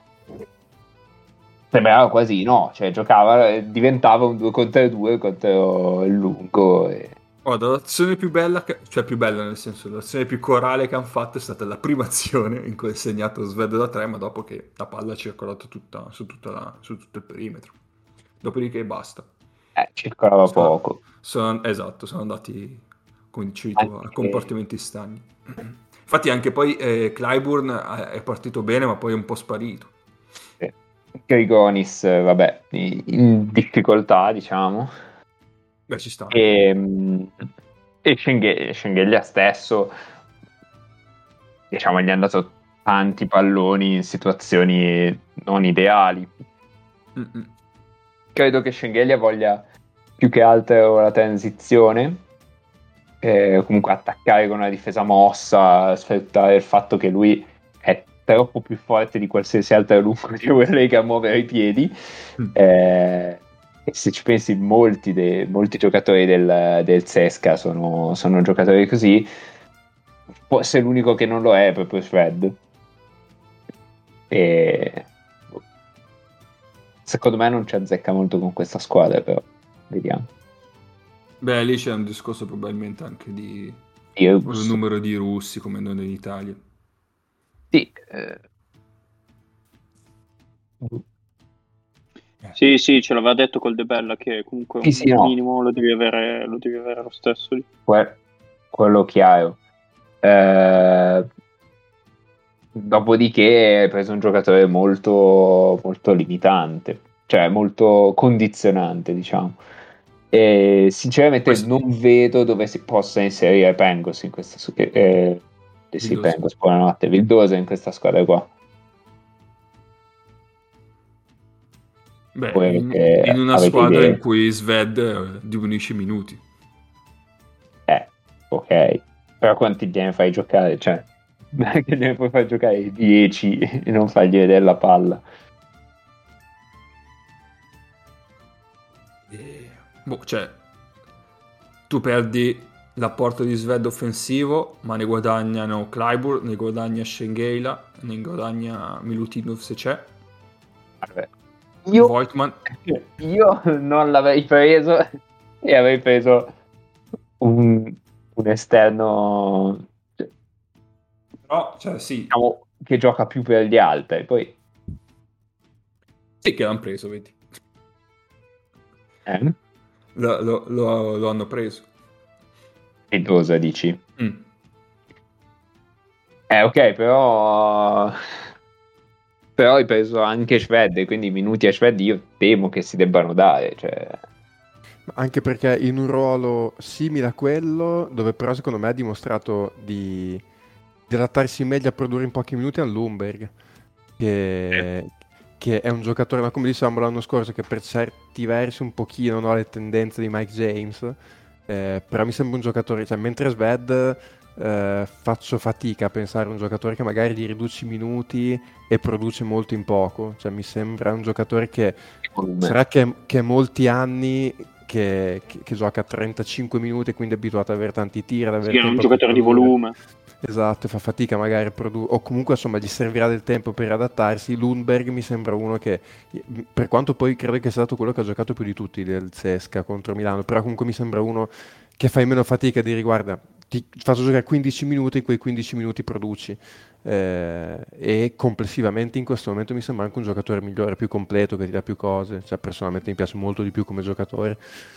Sembrava quasi no, cioè giocava, diventava un due contro due contro il lungo. E... Guarda, l'azione più bella, che, cioè più bella nel senso, l'azione più corale che hanno fatto è stata la prima azione in cui è segnato Shved da tre, ma dopo che la palla ha circolato tutta, su, tutta la, su tutto il perimetro. Dopodiché basta. Eh, circolava sono, poco. Sono, esatto, sono andati, come dicevi tu, Anche... a comportamenti stagni. Infatti anche poi eh, Clyburn è partito bene, ma poi è un po' sparito. Grigonis, vabbè, in difficoltà, diciamo. Beh, ci sta. E, e Schengelia stesso, diciamo, gli hanno dato tanti palloni in situazioni non ideali. Mm-mm. Credo che Schengelia voglia più che altro la transizione, eh, comunque attaccare con una difesa mossa, sfruttare il fatto che lui è troppo più forte di qualsiasi altro lungo di Eurolega a muovere i piedi. Mm. Eh, e se ci pensi, molti, de, molti giocatori del, del Cesca sono, sono giocatori così. Forse l'unico che non lo è è proprio Shved. E secondo me non ci azzecca molto con questa squadra, però vediamo. Beh, lì c'è un discorso probabilmente anche di il numero di russi come noi in Italia. Sì, eh. sì, sì, ce l'aveva detto col De Bella che comunque sì, un sì, minimo no. lo devi avere, lo devi avere lo stesso lì. Que- quello chiaro. Eh, dopodiché hai preso un giocatore molto, molto limitante, cioè molto condizionante, diciamo. E sinceramente Questo... non vedo dove si possa inserire Pengos in questa su- eh, sì, Pengos, buonanotte, Vildosa in questa squadra qua. Beh, in, in una squadra idee. in cui Shved diminuisce i minuti. Eh, ok. Però quanti gliene fai giocare? Cioè, che gliene puoi far giocare dieci e non fargli vedere la palla? Eh, boh, cioè, tu perdi l'apporto di Shved offensivo, ma ne guadagnano Clyburn, ne guadagna Schengelia, ne guadagna Milutinov se c'è. Vabbè. Io, Voigtman. io non l'avrei preso e avrei preso un, un esterno, però, cioè, sì. diciamo, che gioca più per gli altri. Poi sì, che l'hanno preso, vedi. Eh? Lo, lo, lo, lo hanno preso. E Dosa, dici? Mm. Eh, ok, però... però hai preso anche Shved, quindi i minuti a Shved io temo che si debbano dare, cioè... Anche perché in un ruolo simile a quello, dove però secondo me ha dimostrato di, di adattarsi meglio a produrre in pochi minuti a Lundberg, che, eh. che è un giocatore, ma come dicevamo l'anno scorso, che per certi versi un pochino non ha le tendenze di Mike James, eh, però mi sembra un giocatore, cioè mentre Shved... Uh, faccio fatica a pensare a un giocatore che magari gli riduce i minuti e produce molto in poco, cioè mi sembra un giocatore che sarà che, che molti anni che, che, che gioca trentacinque minuti e quindi è abituato ad avere tanti tiri, ad avere Sì, è un tempo giocatore per di produrre. volume. Esatto, fa fatica magari a produrre, o comunque insomma gli servirà del tempo per adattarsi. Lundberg mi sembra uno che, per quanto poi credo che sia stato quello che ha giocato più di tutti del Cesca contro Milano, però comunque mi sembra uno che fai meno fatica di riguarda, ti faccio giocare quindici minuti, quei quindici minuti produci, eh, e complessivamente in questo momento mi sembra anche un giocatore migliore, più completo, che ti dà più cose, cioè personalmente mi piace molto di più come giocatore.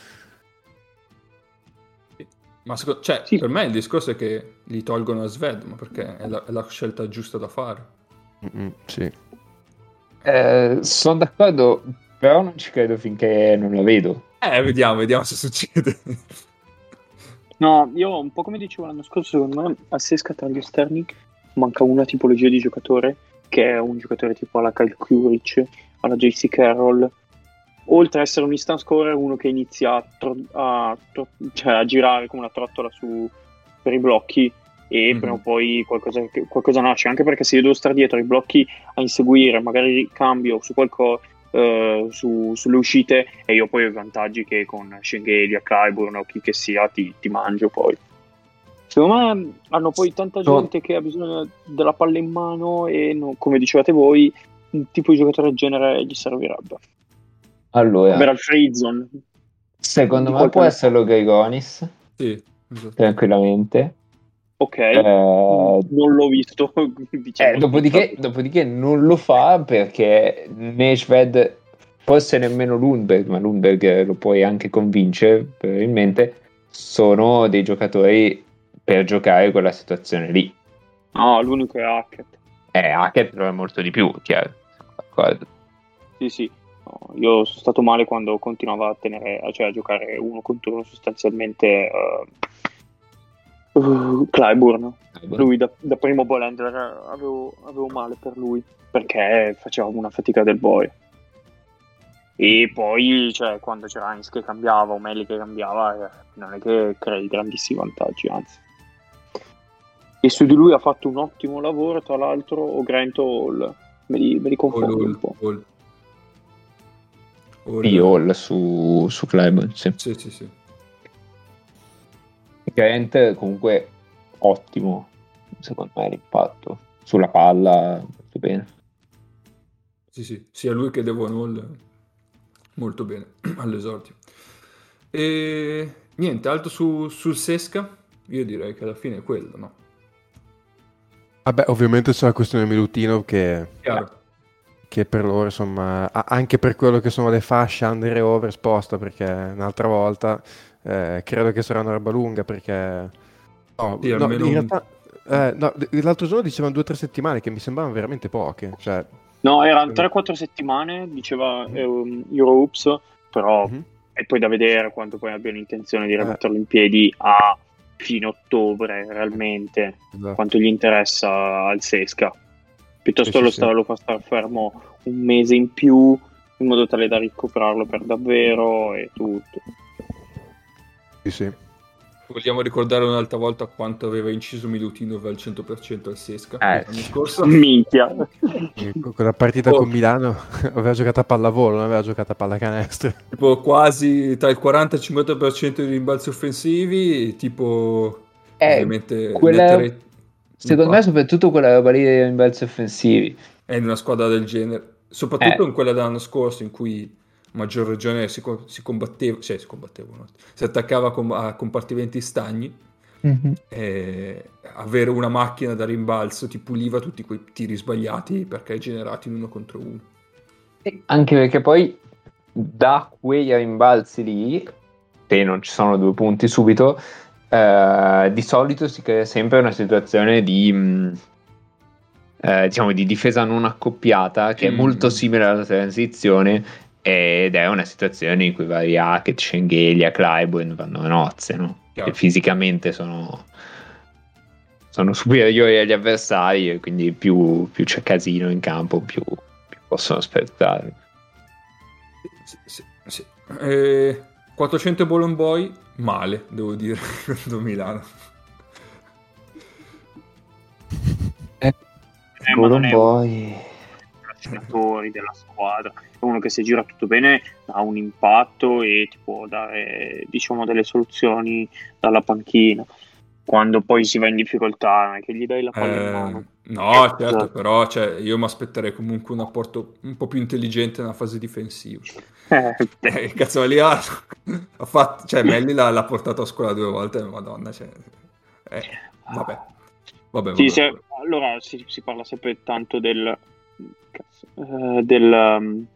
Ma secondo, cioè, Sì. per me il discorso è che gli tolgono a Sved, ma perché è la, è la scelta giusta da fare. Mm-mm, sì. Eh, sono d'accordo, però non ci credo finché non la vedo. Eh, vediamo, vediamo se succede. No, io un po' come dicevo l'anno scorso, secondo me a Sesca tra gli esterni manca una tipologia di giocatore, che è un giocatore tipo alla Kyle Kuric, alla J C Carroll. Oltre ad essere un instant scorer, uno che inizia a, tro- a, tro- cioè a girare come una trottola su, per i blocchi, e Mhm. prima o poi qualcosa, qualcosa nasce, anche perché se io devo stare dietro ai blocchi a inseguire, magari cambio su qualcosa, eh, su, sulle uscite, e io poi ho i vantaggi che con Schengelia, Clyburn o chi che sia ti, ti mangio poi. Secondo me hanno poi tanta So- gente che ha bisogno della palla in mano e no- come dicevate voi, un tipo di giocatore del genere gli servirebbe. Allora, Avere al free zone. secondo di me qualche può anno esserlo Grigonis, Sì, esatto. tranquillamente. Ok, Eh, non l'ho visto. Diciamo, Eh, dopodiché, dopodiché non lo fa perché Nesved, forse nemmeno Lundberg, ma Lundberg lo puoi anche convincere, probabilmente, sono dei giocatori per giocare quella situazione lì. No, l'unico è Hackett. Eh, Hackett lo è molto di più, chiaro. D'accordo. Sì, sì. No, io sono stato male quando continuava a tenere, cioè a giocare uno contro uno sostanzialmente uh, uh, Clyburn. Lui da, da primo ball handler avevo, avevo male per lui perché faceva una fatica del boy. E poi, cioè, quando c'era Heinz che cambiava o Melli che cambiava, eh, non è che crei grandissimi vantaggi, anzi. E su di lui ha fatto un ottimo lavoro, tra l'altro, o Grant o Hall. Me li, me li confondo All, un po'. all, all. Di Hall su, su Clyburn, sì. Sì, sì, sì. Grant comunque ottimo, secondo me, l'impatto sulla palla, molto bene. Sì, sì, sia lui che Devon Hall molto bene all'esordio. E niente, altro su, sul Sesca? Io direi che alla fine è quello, no? Vabbè, ovviamente c'è la questione Milutinov che, Chiaro. che per loro, insomma, a- anche per quello che sono le fasce under e over sposta, perché un'altra volta eh, credo che sarà una roba lunga, perché no, Sì, no, almeno in un- realtà eh, no, d- l'altro giorno dicevano due o tre settimane che mi sembravano veramente poche, cioè No, erano tre quattro settimane, diceva ehm, Euroops, però Mhm. è poi da vedere quanto poi abbiano intenzione di Eh. rimetterlo in piedi a fine ottobre, realmente, Esatto. quanto gli interessa al Sesca. Piuttosto Sì, lo, sì, sta, sì. lo fa star fermo un mese in più, in modo tale da ricoprarlo per davvero e tutto. Sì, sì. Vogliamo ricordare un'altra volta quanto aveva inciso Milutinov al cento per cento al Sesca Eh, l'anno scorso? Minchia. E con quella partita Oh. con Milano aveva giocato a pallavolo, non aveva giocato a pallacanestro. Tipo quasi tra il quaranta e il cinquanta per cento di rimbalzi offensivi, tipo Eh, ovviamente quella- net rate Secondo me impact. soprattutto quella roba lì dei rimbalzi offensivi. È in una squadra del genere, soprattutto Eh. in quella dell'anno scorso in cui a maggior ragione si, co- si combatteva, cioè si combattevano, si attaccava com- a compartimenti stagni, e avere una macchina da rimbalzo ti puliva tutti quei tiri sbagliati perché generati in uno contro uno. Anche perché poi da quei rimbalzi lì, se non ci sono due punti subito, eh, di solito si crea sempre una situazione di, mh, eh, diciamo, di difesa non accoppiata che è Mm. molto simile alla transizione, ed è una situazione in cui vari Hackett, Schengelia, Clyburn vanno a nozze, no? Chiaro. Che fisicamente sono, sono superiori agli avversari e quindi più, più c'è casino in campo, più, più possono aspettare. Sì, sì, sì. Eh, quattrocento ball on boy, male, devo dire, contro Milano. Eh, Eh, ma non è un- poi... trascinatori della squadra, è uno che se gira tutto bene ha un impatto e ti può dare, diciamo, delle soluzioni dalla panchina. Quando poi si va in difficoltà, non è che gli dai la palla in Eh, mano. no, certo, Esatto. però cioè, io mi aspetterei comunque un apporto un po' più intelligente nella fase difensiva. Eh, Eh, cazzo, lì ha, ha fatto, cioè Melli l'ha, l'ha portato a scuola due volte, madonna, cioè, eh, vabbè, vabbè, Sì, vabbè, se- vabbè. allora si, si parla sempre tanto del cazzo, eh, del, um,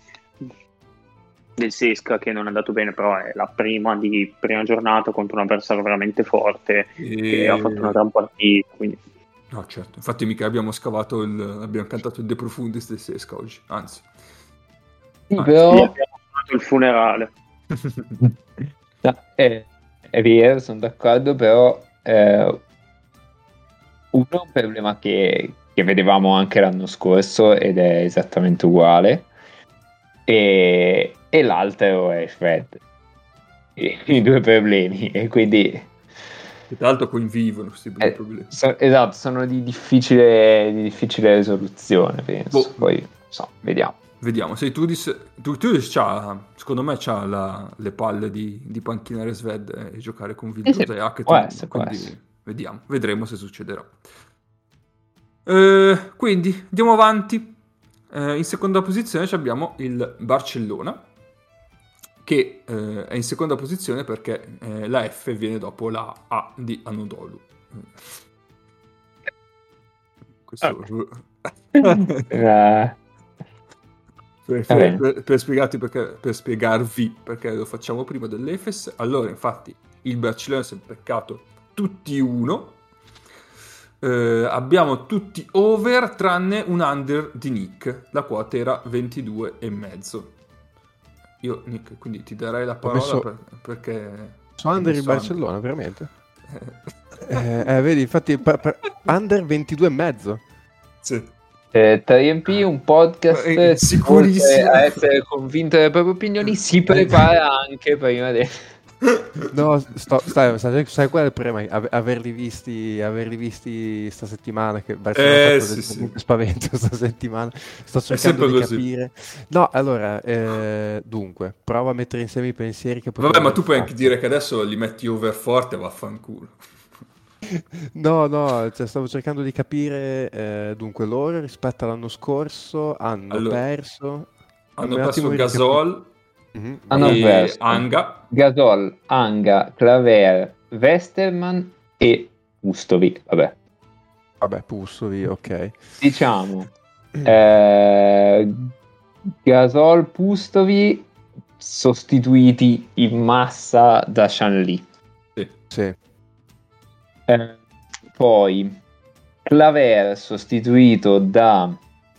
del Sesca che non è andato bene, però è la prima di prima giornata contro un avversario veramente forte che ha fatto una E... gran partita, quindi No, certo, infatti mica abbiamo scavato il, abbiamo cantato il De Profundis del Sesca oggi, anzi. Sì, anzi. sì, però abbiamo fatto il funerale. no, è, è vero, sono d'accordo, però eh, uno è un problema che, che vedevamo anche l'anno scorso ed è esattamente uguale, e, e l'altro è Fred. I, i due problemi, e quindi Che tra l'altro convivono questi due eh, problemi. so- esatto, sono di difficile, di difficile risoluzione, penso. Boh. Poi, so, vediamo. Vediamo, se Tudis, tu, Tudis c'ha, secondo me c'ha la- le palle di, di panchinare Sved e giocare con Vildosa sì, e Hackett, può essere, può quindi essere. vediamo, vedremo se succederà. Eh, quindi andiamo avanti. Eh, in seconda posizione ci abbiamo il Barcellona, che eh, è in seconda posizione perché eh, la F viene dopo la A di Anadolu. Questo... Eh, Per, va bene. per- per spiegarti perché, per spiegarvi perché lo facciamo prima dell'Efes. Allora, infatti, il Barcellona si è beccato tutti uno. Eh, abbiamo tutti over tranne un under di Nick. La quota era ventidue e mezzo. Io, Nick, quindi ti darei la parola messo- per- perché Sono hai under in messo Barcellona, veramente? Eh, Eh, eh, vedi, infatti, per- per- under ventidue e mezzo. sì. Eh, tre M P, un podcast, Eh, sicurissimo. oltre a essere convinto delle proprie opinioni, si prepara anche prima del... No, sto, stai, sai, sai qual è il problema? Ave- averli visti, averli visti sta settimana, che Barcellona Eh, ha fatto sì, leggermente sì. spavento sta settimana. Sto cercando sempre di così. capire. No, allora, eh, dunque, prova a mettere insieme i pensieri che potevo Vabbè, ma aver tu puoi anche fatto. dire che adesso li metti over forte e vaffanculo. No, no, cioè, stavo cercando di capire, eh, dunque, loro rispetto all'anno scorso hanno Allora, perso... hanno un attimo perso di ricapi- Gasol Mhm, Hanno vai. e perso Anga. Gasol, Anga, Claver, Westerman e Pustovi. Vabbè, Vabbè, Pussovi, ok. diciamo eh, Gasol, Pustovi sostituiti in massa da Shanley. Sì. Sì. Eh, poi Claver sostituito da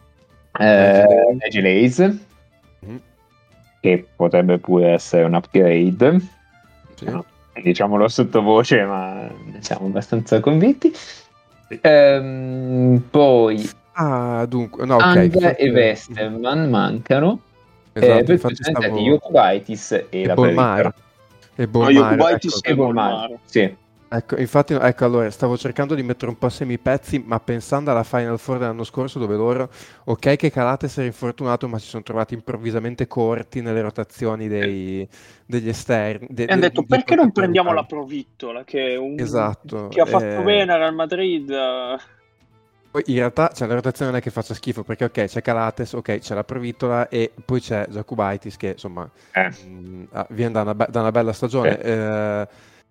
eh, Reggie Lace, Mhm, che potrebbe pure essere un upgrade. sì. No, diciamolo sottovoce, ma ne siamo abbastanza convinti. Sì. Ehm, poi Ah, dunque, no, ok. Anga forse- e Westerman mancano. Esatto, eh, per infatti cui sono entrati stavo... Jokubaitis e, E la Bolmaro. Pavetta. E No, Bolmaro, Jokubaitis ecco. E e Bolmaro, Bolmaro. sì. Ecco, infatti, ecco, allora, stavo cercando di mettere un po' semi pezzi, ma pensando alla Final Four dell'anno scorso, dove loro, ok che Calates era infortunato, ma si sono trovati improvvisamente corti nelle rotazioni dei, degli esterni. de- E hanno de- detto dei perché non portatori prendiamo la interni. Provittola che, è un... Esatto. che ha fatto eh, bene a Real Madrid. eh. Poi in realtà cioè, la rotazione non è che faccia schifo, perché ok, c'è Calates, ok, c'è la Provittola e poi c'è Jokubaitis che insomma Eh. mh, ah, viene da una, be- da una bella stagione. Eh. Eh,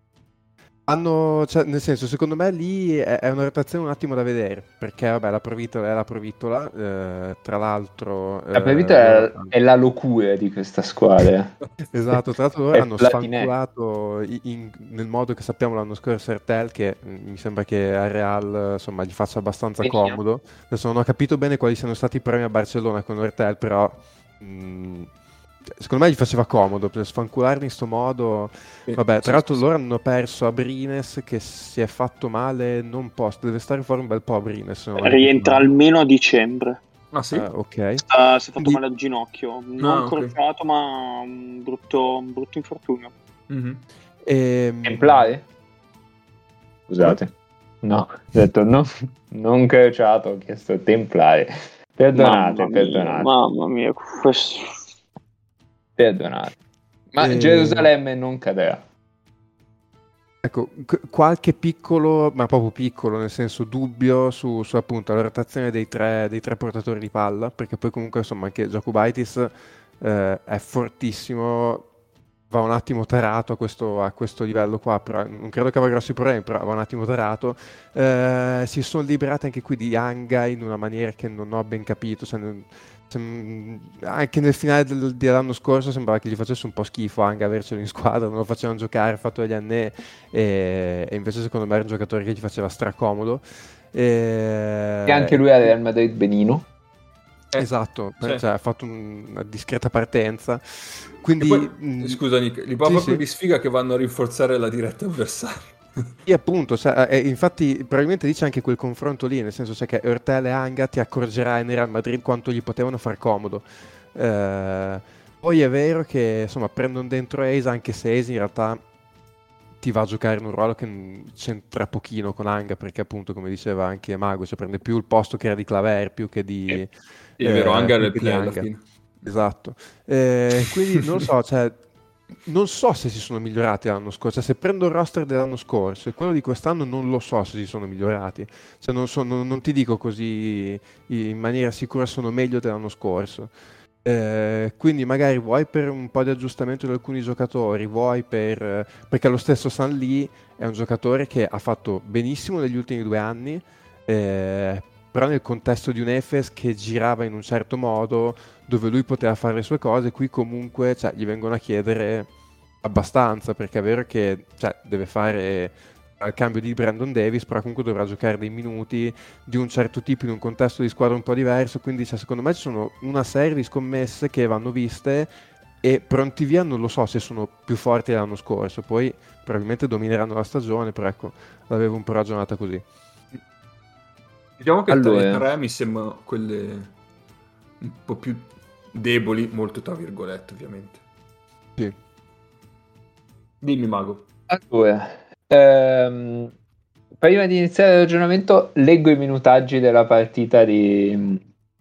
hanno, cioè, nel senso, secondo me lì è, è una rotazione un attimo da vedere, perché vabbè, la Provittola è la Provittola, eh, tra l'altro... La eh, Pavetta loro- è, è la locura di questa squadra. Esatto, tra l'altro loro È hanno platinè. sfanculato i- in- nel modo che sappiamo l'anno scorso Ertel, che mh, mi sembra che a Real insomma, gli faccia abbastanza Sì. comodo. Adesso non ho capito bene quali siano stati i premi a Barcellona con Ertel, però mh, secondo me gli faceva comodo per sfancularli in sto modo. Vabbè, tra l'altro loro hanno perso a Brines che si è fatto male non posto, deve stare fuori un bel po' a Brines. se non ho Rientra capito almeno a dicembre. Ah sì? male. Eh, ok. Sta- si è fatto Quindi- male al ginocchio, non Ah, ok. crociato, ma un brutto, un brutto infortunio. Mhm. Ehm, Templare? Scusate. No, ho detto no, non crociato, ho chiesto templare. Perdonate, mamma mia, perdonate. mamma mia, questo... Perdonate. Ma E- Gerusalemme non cadrà. Ecco, c- qualche piccolo, ma proprio piccolo, nel senso dubbio su, su appunto la rotazione dei tre, dei tre portatori di palla, perché poi comunque insomma anche Jokubaitis eh, è fortissimo, va un attimo tarato a questo, a questo livello qua, però non credo che avrà grossi problemi, però va un attimo tarato. Eh, si sono liberati anche qui di Anga in una maniera che non ho ben capito, cioè, non- sem- anche nel finale del- dell'anno scorso sembrava che gli facesse un po' schifo anche avercelo in squadra, non lo facevano giocare, ha fatto degli anni e, e invece secondo me era un giocatore che gli faceva stracomodo. E, E anche lui al Real Madrid benino. Eh, esatto, sì. cioè, ha fatto un- una discreta partenza. E Quindi, poi, mh, scusa Nick, li va sì, proprio sì. di sfiga che vanno a rinforzare la diretta avversaria. Sì, appunto, cioè, eh, infatti probabilmente dice anche quel confronto lì, nel senso cioè, che Hurtel e Anga ti accorgerai nel Real Madrid quanto gli potevano far comodo. Eh, poi è vero che insomma prendono dentro Ace, anche se Ace in realtà ti va a giocare in un ruolo che mm, c'entra pochino con Anga, perché appunto come diceva anche Mago, cioè prende più il posto che era di Claver, più che di, Sì, è vero, eh, Anga era più il che di play alla Anga. fine. Esatto. Eh, quindi non lo so, cioè, non so se si sono migliorati l'anno scorso. Cioè, se prendo il roster dell'anno scorso e quello di quest'anno, non lo so se si sono migliorati. Cioè, non, so- non- non ti dico così in maniera sicura sono meglio dell'anno scorso. Eh, quindi magari vuoi per un po' di aggiustamento di alcuni giocatori, vuoi per, eh, perché lo stesso San Lee è un giocatore che ha fatto benissimo negli ultimi due anni, eh, però nel contesto di un Efes che girava in un certo modo, dove lui poteva fare le sue cose, qui comunque cioè, gli vengono a chiedere abbastanza, perché è vero che cioè, deve fare al cambio di Brandon Davis, però comunque dovrà giocare dei minuti di un certo tipo in un contesto di squadra un po' diverso, quindi cioè, secondo me ci sono una serie di scommesse che vanno viste e pronti via non lo so se sono più forti dell'anno scorso, poi probabilmente domineranno la stagione, però ecco, l'avevo un po' ragionata così. Diciamo che Allora. tra le tre mi sembrano quelle un po' più deboli, molto tra virgolette ovviamente. Sì. Dimmi Mago. Allora, ehm, prima di iniziare il ragionamento, leggo i minutaggi della partita di,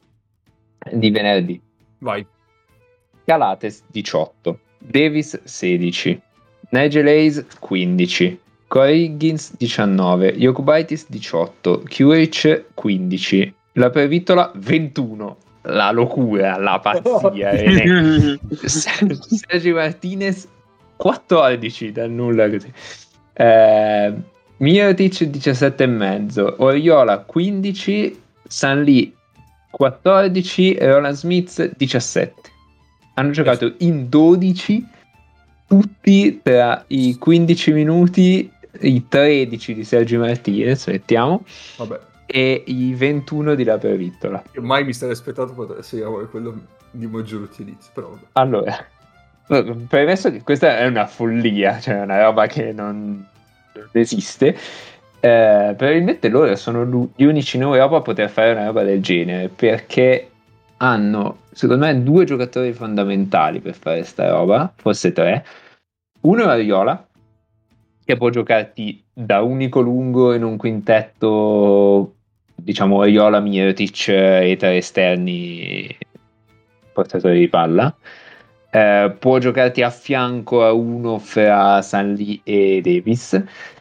di venerdì. Vai. Calates diciotto, Davis sedici, Nigel Hayes quindici, Corey Higgins diciannove, Jokubaitis diciotto, Q H quindici, la Pervittola ventuno. La locura, la pazzia. eh. Sergio Martinez quattordici, dal nulla così. Eh, Mirotic diciassette e mezzo, Oriola quindici, San Lee quattordici e Roland Smith diciassette. Hanno giocato in dodici, tutti tra i quindici minuti, i tredici di Sergio Martinez, mettiamo, Vabbè. e i ventuno di La Pervittola. Io mai mi sarei aspettato potesse essere quello di Moggiolo Utilizzi, però vabbè. Allora, premesso che questa è una follia, cioè una roba che non, non esiste, eh, probabilmente loro sono gli unici in Europa a poter fare una roba del genere, perché hanno, secondo me, due giocatori fondamentali per fare sta roba, forse tre. Uno è Ariola, che può giocarti da unico lungo in un quintetto, diciamo Ariola, Mirotic e tre esterni portatori di palla. Eh, può giocarti a fianco a uno fra San Lee e Davis.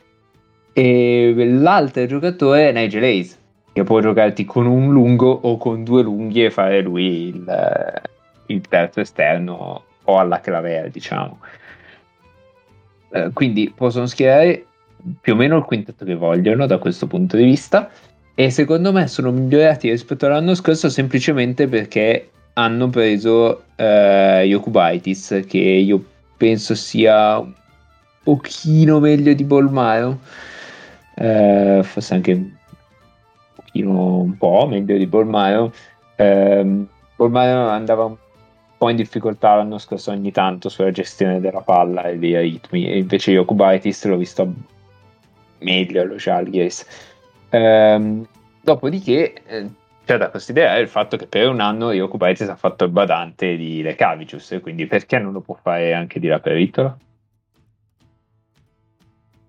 E l'altro giocatore è Nigel Hayes, che può giocarti con un lungo o con due lunghi e fare lui il, il terzo esterno o alla Claver, diciamo. Eh, quindi possono schierare più o meno il quintetto che vogliono da questo punto di vista, e secondo me sono migliorati rispetto all'anno scorso semplicemente perché hanno preso eh, Jokubaitis, che io penso sia un pochino meglio di Bolmaro, eh, forse anche un pochino, un po' meglio di Bolmaro. eh, Bolmaro andava un po' in difficoltà l'anno scorso ogni tanto sulla gestione della palla e dei ritmi, e invece Jokubaitis l'ho visto meglio allo Žalgiris. Ehm, dopodiché eh, c'è da considerare il fatto che per un anno Jokubaitis ha fatto il badante di Lekavicius, quindi perché non lo può fare anche di La Peritola?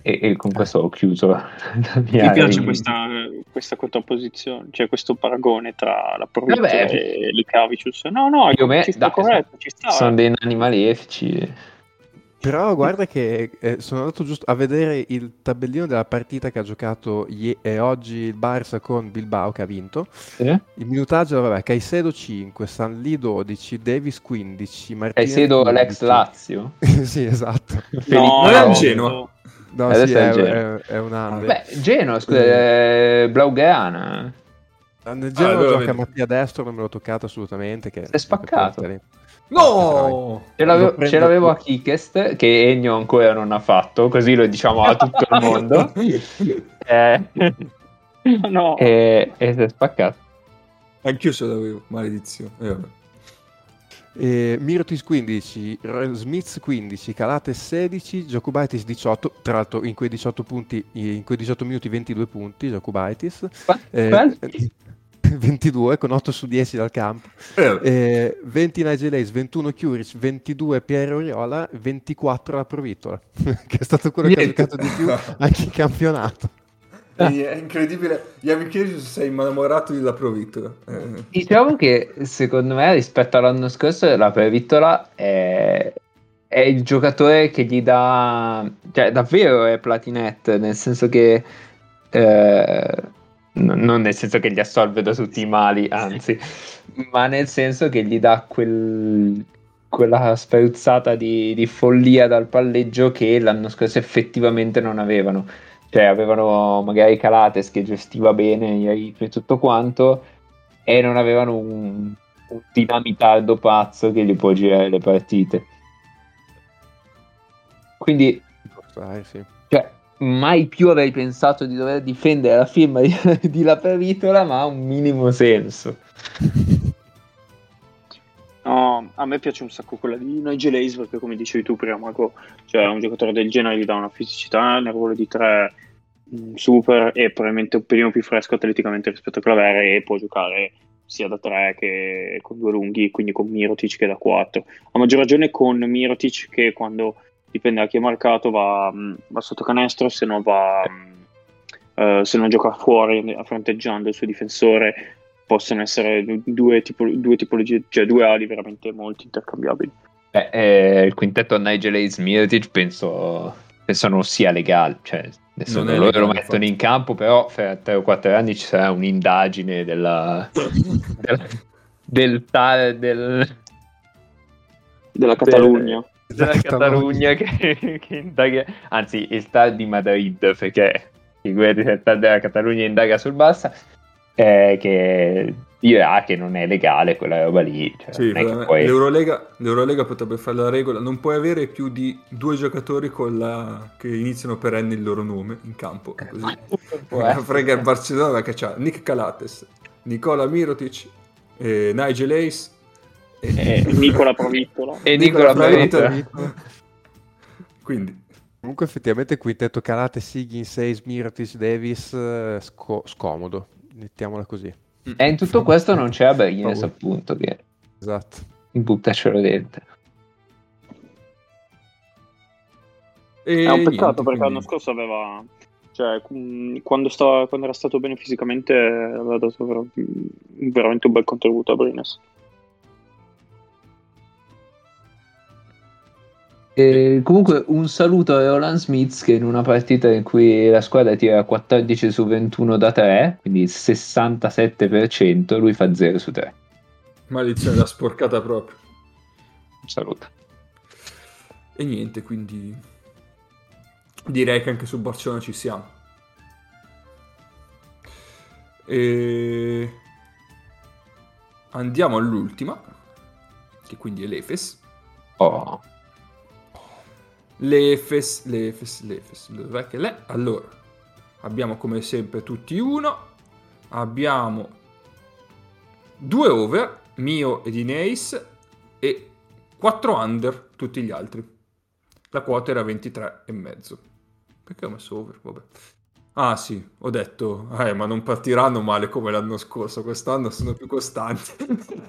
E, e con questo ho chiuso la mia... Mi piace questa, questa contrapposizione, cioè questo paragone tra la Provittola Vabbè, e Licavicius. No, no, Più o meno, ci sta dai, corretto, ci sta. sono eh. dei nani malefici. Però guarda che eh, sono andato giusto a vedere il tabellino della partita che ha giocato ie- eh, oggi il Barça con Bilbao, che ha vinto. Sì? Il minutaggio, vabbè, Caicedo cinque, Sanlì dodici, Davis quindici, Martinez Caicedo quindici. l'ex Lazio? Sì, esatto. No, Non è no, il Genoa. No, Adesso sì, è è, il Genoa. è- è un anno. Beh, Genoa, scusa, Eh. è Blaugrana. Nel Genoa allora gioca vedi. Mattia Destro, non me l'ho toccato assolutamente. Che Si è spaccato. che- No! Ce l'avevo, Lo prendo- ce l'avevo a Kikest, che Ennio ancora non ha fatto, così lo diciamo a tutto il mondo. Eh, No. e, e si è spaccato. Anch'io ce l'avevo, maledizione. Eh, vabbè. E Mirotic quindici, R- Smith quindici, Calates sedici, Jokubaitis diciotto, tra l'altro in quei diciotto punti, in quei diciotto minuti ventidue punti Jokubaitis, Qua- eh, quanti? ventidue con otto su dieci dal campo, Eh, eh, venti Nigel Hayes, ventuno Curic, ventidue Piero Oriola, ventiquattro la Provittola, che è stato quello che ha Niente. giocato di più anche in campionato. è incredibile. Yamichiric si è innamorato della Provittola. Eh. Diciamo che secondo me rispetto all'anno scorso la Provittola è, è il giocatore che gli dà, cioè davvero è Platinet, nel senso che eh, n- non nel senso che gli assolve da tutti i mali, anzi, ma nel senso che gli dà quel, quella spruzzata di, di follia dal palleggio che l'anno scorso effettivamente non avevano. Cioè avevano magari Calates che gestiva bene i ritmi e tutto quanto, e non avevano un, un dinamitardo pazzo che gli può girare le partite. Quindi, Dai, sì. cioè, mai più avrei pensato di dover difendere la firma di, di La Provittola, ma ha un minimo senso. No, a me piace un sacco quella di Nigel Hayes, perché come dicevi tu prima, Marco, cioè un giocatore del genere gli dà una fisicità nel ruolo di tre mh, super, e probabilmente un pelino più fresco atleticamente rispetto a Clavere, e può giocare sia da tre che con due lunghi, quindi con Mirotic che da quattro. A maggior ragione con Mirotic, che quando dipende da chi è marcato va, mh, va sotto canestro, se no va mh, eh, se non gioca fuori fronteggiando il suo difensore. Possono essere due, tipo, due tipologie, cioè due ali veramente molto intercambiabili. Beh, eh, il quintetto Nigel Hayes Mirotic penso, penso non sia legale, cioè adesso Non è loro legale, lo mettono infatti. in campo, però fra tre o quattro anni ci sarà un'indagine della, del, del, ta- del Della Catalogna. della Catalogna che, che indaga, anzi il T A R di Madrid, perché figurati se il T A R della Catalogna indaga sul Barça, eh, che dirà che non è legale quella roba lì, cioè, Sì, non è che veramente. poi... L'Eurolega, l'Eurolega potrebbe fare la regola, non puoi avere più di due giocatori con la... che iniziano per N il loro nome in campo, così. Può La essere. frega il Barcellona che c'ha Nick Calates, Nicola Mirotic, eh, Nigel Hayes e, Eh, Nicola Provittola. e Nicola Provittola. Provittola. Quindi Comunque effettivamente quintetto Calate, Higgins, Hayes, Mirotic, Davis, eh, sco- scomodo, mettiamola così. E in tutto questo non c'è Abrines, Paura. appunto, che Esatto. buttacelo dentro. e È un peccato, niente, perché quindi- l'anno scorso aveva, cioè mh, quando, stava, quando era stato bene fisicamente aveva dato ver- mh, veramente un bel contributo a Brines. E comunque un saluto a Roland Smith, che in una partita in cui la squadra tira quattordici su ventuno da tre, quindi il sessantasette per cento, lui fa zero su tre. maledizione, l'ha sporcata proprio. Un saluto. E niente, quindi direi che anche su Barcellona ci siamo. E andiamo all'ultima, che quindi è l'Efes. Oh. L'Efes, l'Efes, l'Efes, dov'è che l'è? Allora, abbiamo come sempre tutti uno, abbiamo due over, mio e di Neis, e quattro under tutti gli altri. La quota era ventitré e mezzo. Perché ho messo over? Vabbè. Ah sì, ho detto, eh, ma non partiranno male come l'anno scorso, quest'anno sono più costanti.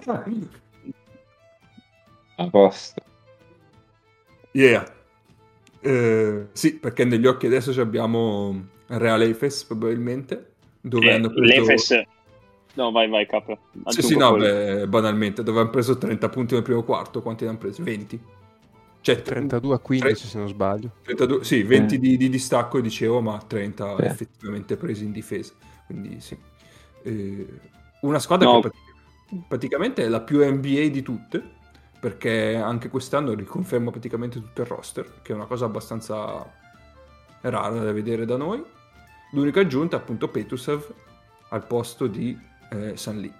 A posto. Yeah. Eh, sì, perché negli occhi adesso ci abbiamo Real Efes probabilmente, dove Eh, hanno preso... L'Efes... No, vai, vai, Capra. Sì, sì, no, beh, banalmente, dove hanno preso trenta punti nel primo quarto, quanti ne hanno presi? venti. Cioè, trentadue a quindici se non sbaglio. trentadue, sì, venti di, di distacco, dicevo, ma trenta Sì. effettivamente presi in difesa. Quindi sì. Eh, una squadra No. che pratic- praticamente è la più N B A di tutte, perché anche quest'anno riconferma praticamente tutto il roster, che è una cosa abbastanza rara da vedere da noi. L'unica aggiunta è appunto Petusev al posto di eh, San Lee.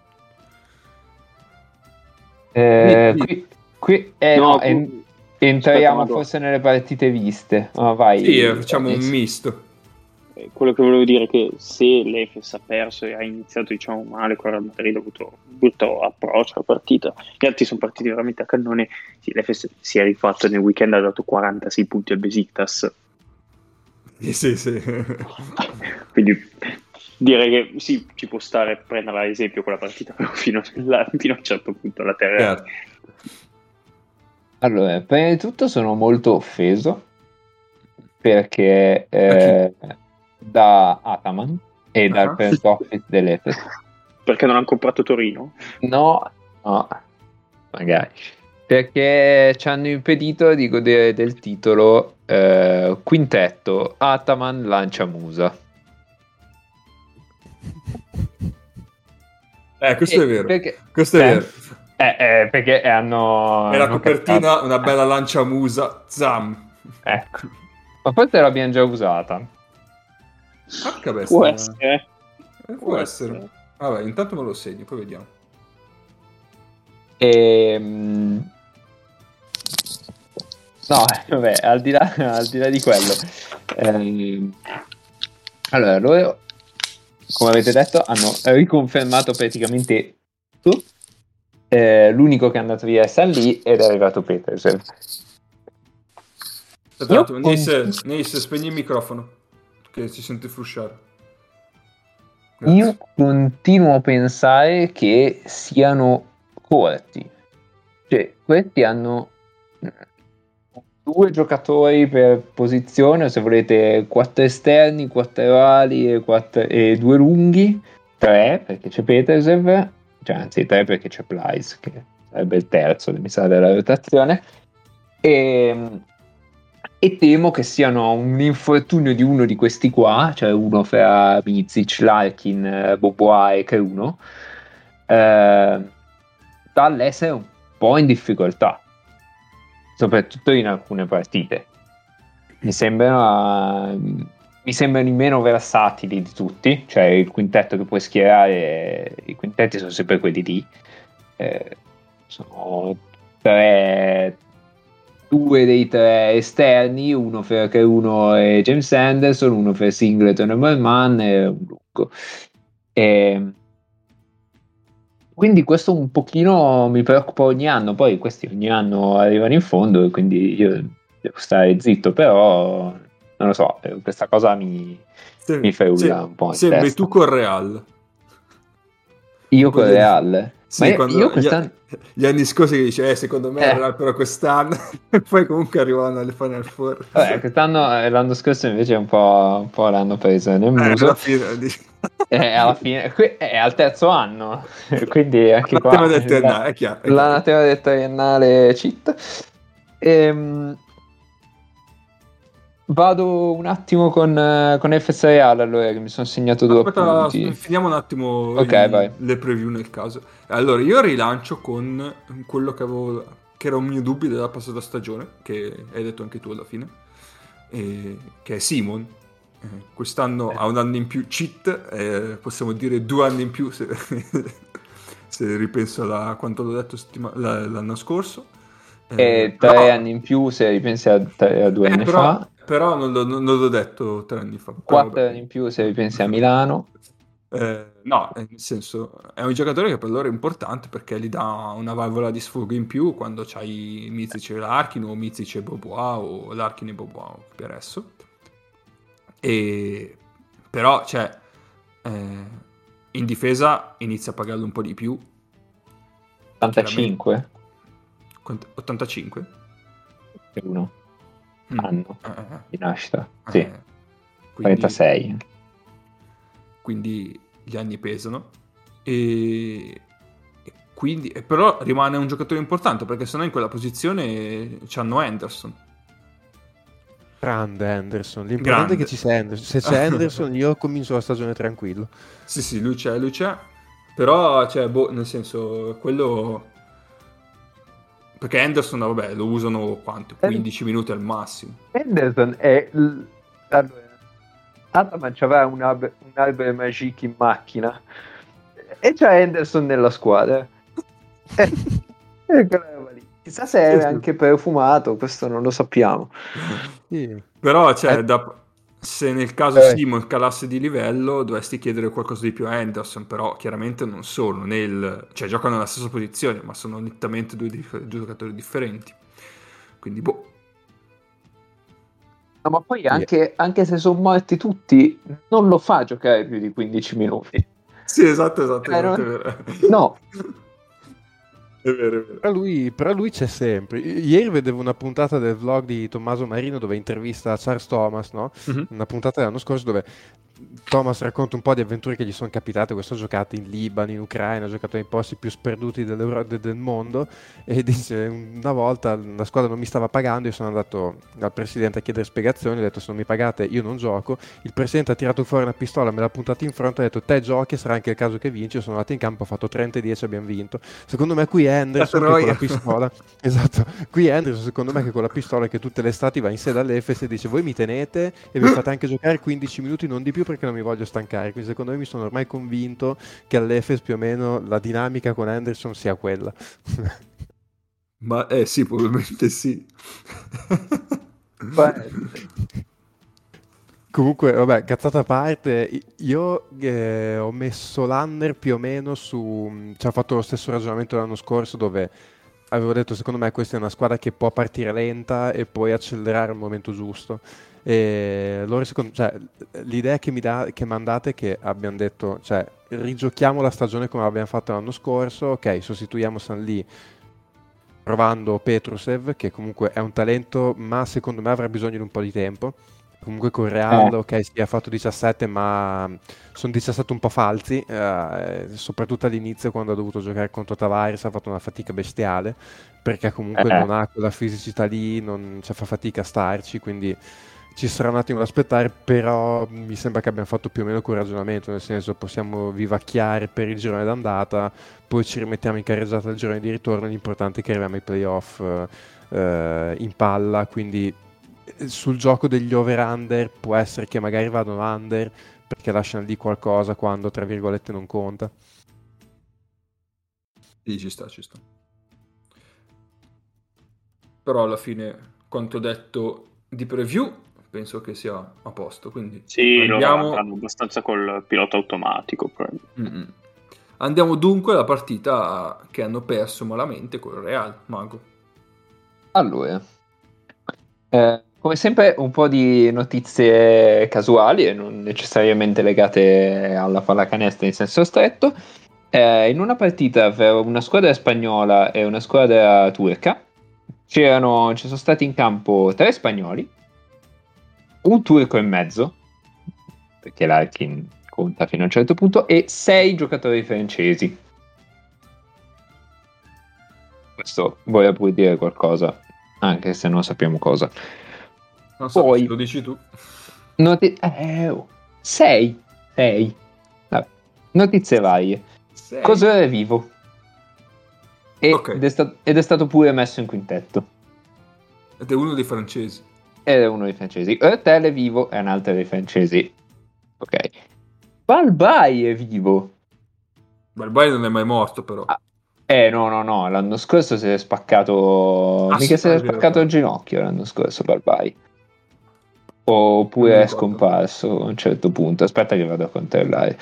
Eh, Quindi- qui, qui eh, No, no, qui- en- entriamo Aspetta, forse nelle partite viste. Oh, vai, Sì, eh, facciamo un Alex. misto. Eh, quello che volevo dire è che se l'Efes ha perso e ha iniziato diciamo male con il Madrid, ha avuto un brutto approccio alla partita, gli altri sono partiti veramente a cannone. Sì, l'Efes si è rifatto nel weekend, ha dato quarantasei punti al Besiktas, Sì, sì, sì. quindi direi che sì, ci può stare prendere ad esempio quella partita però fino, alla- fino a un certo punto la terra. Certo. Allora, prima di tutto sono molto offeso perché eh, da Ataman e dal Ah. front office dell'Efes. Perché non hanno comprato Torino? No, no, magari. Perché ci hanno impedito di godere del titolo eh, quintetto Ataman lancia Musa. Eh, questo E è vero. perché- Questo è eh? vero. Eh, eh, perché hanno... E la hanno copertina, cascato. una bella lancia musa. Zam. Ecco. Ma forse l'abbiamo già usata. Porca bestia. Può essere. Eh, può essere. Vabbè, intanto me lo segno, poi vediamo. Ehm... No, vabbè, al di là, al di là di quello. ehm, Allora, loro, come avete detto, hanno riconfermato praticamente tutto. Eh, l'unico che è andato via è San Lee ed è arrivato Petersen. Aspetta un attimo, Io Nis, Nis, spegni il microfono, che si sente frusciare. Grazie. Io continuo a pensare che siano corti. Cioè, questi hanno due giocatori per posizione, o se volete quattro esterni, quattro ali e, quattro, e due lunghi, tre perché c'è Petersev, cioè anzi tre perché c'è Plyce, che sarebbe il terzo, mi sa, della rotazione, e, e temo che siano un infortunio di uno di questi qua, cioè uno fra Mizic, Larkin, Bobois e Kruno, eh, dall'essere un po' in difficoltà, soprattutto in alcune partite. Mi sembrano, mi sembrano i meno versatili di tutti, cioè il quintetto che puoi schierare, i quintetti sono sempre quelli lì, eh, sono tre, due dei tre esterni, uno per uno e James Anderson, uno per Singleton e Merman e un lungo. E quindi questo un pochino mi preoccupa ogni anno, poi questi ogni anno arrivano in fondo e quindi io devo stare zitto, però non lo so, questa cosa mi, Sem- mi frulla sem- un po' in Sembri testa. tu con Real. Io con Quando- Real? Sì, Ma io, quando io gli, quest'anno... gli anni scorsi che dice, eh, secondo me Eh. il Real però quest'anno, e poi comunque arrivavano alle Final Four. Vabbè, quest'anno, eh, l'anno scorso invece un po', un po' l'hanno preso nel Eh, muso. alla fine, dici- Eh, alla fine, qui è al terzo anno, quindi anche qua L'anatema del triennale, è chiaro, è chiaro. l'anatema del triennale cheat. Ehm, vado un attimo con, eh, con F S Real, allora, che mi sono segnato due Aspetta, appunti. finiamo un attimo Ok, i- vai. le preview nel caso. Allora, io rilancio con quello che avevo, che era un mio dubbio della passata stagione, che hai detto anche tu alla fine, e- che è Simon. Eh, quest'anno ha un anno in più cheat, eh, possiamo dire due anni in più se, se ripenso a quanto l'ho detto settima- la- l'anno scorso. Eh, E tre però- anni in più se ripensi a, tre- a due eh, anni però, fa, però non, l'ho, non l'ho detto tre anni fa. Però quattro vabbè. anni in più se ripensi a Milano. Eh, no, eh, nel senso, è un giocatore che per loro è importante perché gli dà una valvola di sfogo in più quando c'hai Mizic e Larkin o Mizic e Bobois o Larkin e Bobois per adesso. E però, cioè, eh, in difesa inizia a pagarlo un po' di più. ottantacinque? Quant- ottantacinque? Uno. Mm. anno Eh, eh, di nascita. eh. Sì, Eh, quindi, trentasei. quindi gli anni pesano. E, e quindi, e però rimane un giocatore importante perché sennò in quella posizione c'hanno Henderson. Grande Henderson. L'importante è Grande. che ci sia Henderson. Se c'è Henderson, io comincio la stagione tranquillo. Sì, sì, lui c'è, lui c'è. Però, cioè, boh, nel senso, quello... Perché Henderson, vabbè, lo usano quanto? quindici minuti al massimo. Henderson è l- allora, Ataman c'aveva un, ab- un Albert Magic in macchina e c'è Henderson nella squadra. Eh, e quella roba lì. Chissà se è Sì, sì. anche perfumato, questo non lo sappiamo. Sì. Però, cioè, Eh, da- se nel caso Eh. Simon calasse di livello, dovresti chiedere qualcosa di più a Henderson, però chiaramente non sono nel... cioè giocano nella stessa posizione, ma sono nettamente due, dif- due giocatori differenti. Quindi, boh. No, ma poi Sì. anche, anche se sono morti tutti, non lo fa giocare più di quindici minuti. Sì, esatto, esatto, Eh, esatto, non- è vero. No. È vero, è vero. Però lui, però lui c'è sempre. I- Ieri vedevo una puntata del vlog di Tommaso Marino dove intervista Charles Thomas, no? Mhm. Una puntata dell'anno scorso dove Thomas racconta un po' di avventure che gli sono capitate. Questo ha giocato in Libano, in Ucraina, ha giocato nei posti più sperduti dell'Euro- de- del mondo e dice una volta la squadra non mi stava pagando, io sono andato dal presidente a chiedere spiegazioni, ho detto se non mi pagate io non gioco. Il presidente ha tirato fuori una pistola, me l'ha puntata in fronte e ha detto te giochi e sarà anche il caso che vinci. Io sono andato in campo, ho fatto trenta e dieci, abbiamo vinto. Secondo me qui Henderson che con la pistola esatto, qui Henderson secondo me che con la pistola che tutte le estati va in sede all'E F S e dice voi mi tenete e vi fate anche giocare quindici minuti, non di più perché non mi voglio stancare. Quindi secondo me mi sono ormai convinto che all'E F S più o meno la dinamica con Henderson sia quella. Ma, eh sì, probabilmente sì. Comunque, vabbè, cazzata a parte, i- io eh, ho messo l'under più o meno su... Ci ha fatto lo stesso ragionamento l'anno scorso dove avevo detto, secondo me questa è una squadra che può partire lenta e poi accelerare al momento giusto. E loro, secondo, cioè, l'idea che mi da, che mandate è che abbiamo detto, cioè, rigiochiamo la stagione come abbiamo fatto l'anno scorso, ok, sostituiamo San Lee provando Petrusev, che comunque è un talento, ma secondo me avrà bisogno di un po' di tempo. Comunque con Real, Eh. ok, si è fatto diciassette, ma sono diciassette un po' falsi, eh, soprattutto all'inizio quando ha dovuto giocare contro Tavares ha fatto una fatica bestiale, perché comunque Eh. non ha quella fisicità lì, non, cioè, fa fatica a starci, quindi ci sarà un attimo da aspettare, però mi sembra che abbiamo fatto più o meno quel ragionamento, nel senso possiamo vivacchiare per il girone d'andata, poi ci rimettiamo in carreggiata il girone di ritorno, l'importante è che arriviamo ai playoff eh, eh, in palla, quindi eh, sul gioco degli over-under può essere che magari vadano under perché lasciano lì qualcosa quando tra virgolette non conta. Sì, ci sta, ci sta. Però alla fine, quanto detto di preview, penso che sia a posto. Quindi Sì, loro andiamo... andranno abbastanza col pilota automatico. probabilmente. Mm-mm. Andiamo dunque alla partita che hanno perso malamente con il Real, Mago. Allora, eh, come sempre un po' di notizie casuali e non necessariamente legate alla pallacanestro in senso stretto. Eh, in una partita fra una squadra spagnola e una squadra turca c'erano, ci sono stati in campo tre spagnoli, un turco in mezzo, perché l'Arkin conta fino a un certo punto, e sei giocatori francesi. Questo vuole pure dire qualcosa, anche se non sappiamo cosa. Non so, Poi- se lo dici tu. Noti- eh, oh, sei, sei. Vabbè. Notizie varie. Sei. Cos'era è vivo? E- Ok. ed, è sta- ed è stato pure messo in quintetto. Ed è uno dei francesi. Ed è uno dei francesi. Ertel è vivo, è un altro dei francesi. Ok. Balbai è vivo. Balbai non è mai morto, però. Ah, Eh, no, no, no. L'anno scorso si è spaccato. Ah, Mica sì, si ah, è è vero, spaccato però. il ginocchio l'anno scorso, Balbai. Non Oppure mi è ricordo. scomparso a un certo punto. Aspetta che vado a controllare.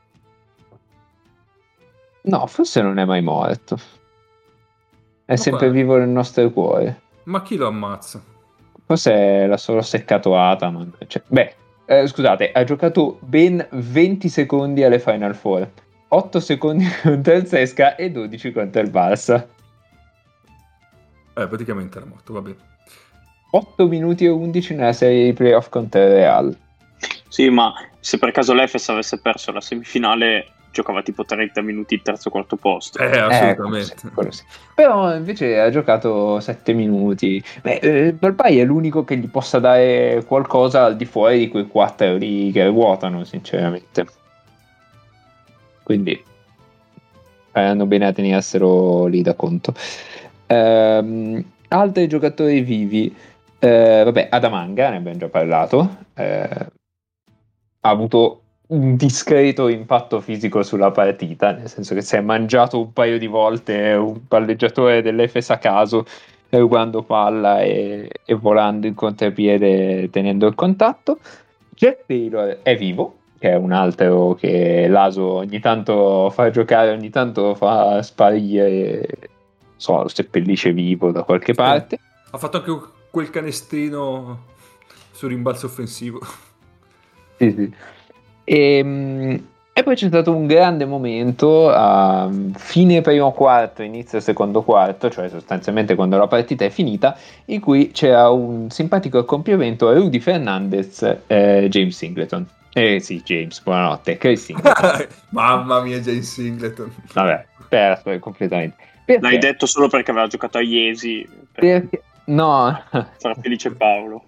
No, forse non è mai morto. È Ma sempre guarda. vivo nel nostro cuore. Ma chi lo ammazza? Forse l'ha solo seccato Ataman. Cioè, beh, eh, scusate, ha giocato ben venti secondi alle Final Four. otto secondi contro il Sesca e dodici contro il Barça. Eh, praticamente era morto, va bene. otto minuti e undici nella serie di playoff contro il Real. Sì, ma se per caso l'Efes avesse perso la semifinale, giocava tipo trenta minuti il terzo quarto posto. Eh, assolutamente. Eh, quello sì. Però invece ha giocato sette minuti. Beh, eh, Balbai è l'unico che gli possa dare qualcosa al di fuori di quei quattro lì che ruotano, sinceramente. Quindi faranno bene a tenerselo lì da conto. Ehm, altri giocatori vivi, eh, vabbè, Adamanga, ne abbiamo già parlato, eh, ha avuto un discreto impatto fisico sulla partita, nel senso che si è mangiato un paio di volte un palleggiatore dell'Efes a caso, rubando palla e, e volando in contropiede tenendo il contatto. Jack Taylor è vivo, che è un altro che l'Aso ogni tanto fa giocare, ogni tanto fa sparire, so, lo seppellisce vivo da qualche Sì. parte. Ha fatto anche quel canestrino sul rimbalzo offensivo. Sì, sì. E, e poi c'è stato un grande momento a fine primo quarto, inizio secondo quarto, cioè sostanzialmente quando la partita è finita, in cui c'era un simpatico accoppiamento a Rudy Fernandez e James Singleton. Eh sì, James, buonanotte, Chris Singleton. Mamma mia, James Singleton. Vabbè, perso completamente. Perché? L'hai detto solo perché aveva giocato a Iesi. Per Perché? No. Sarà felice Paolo.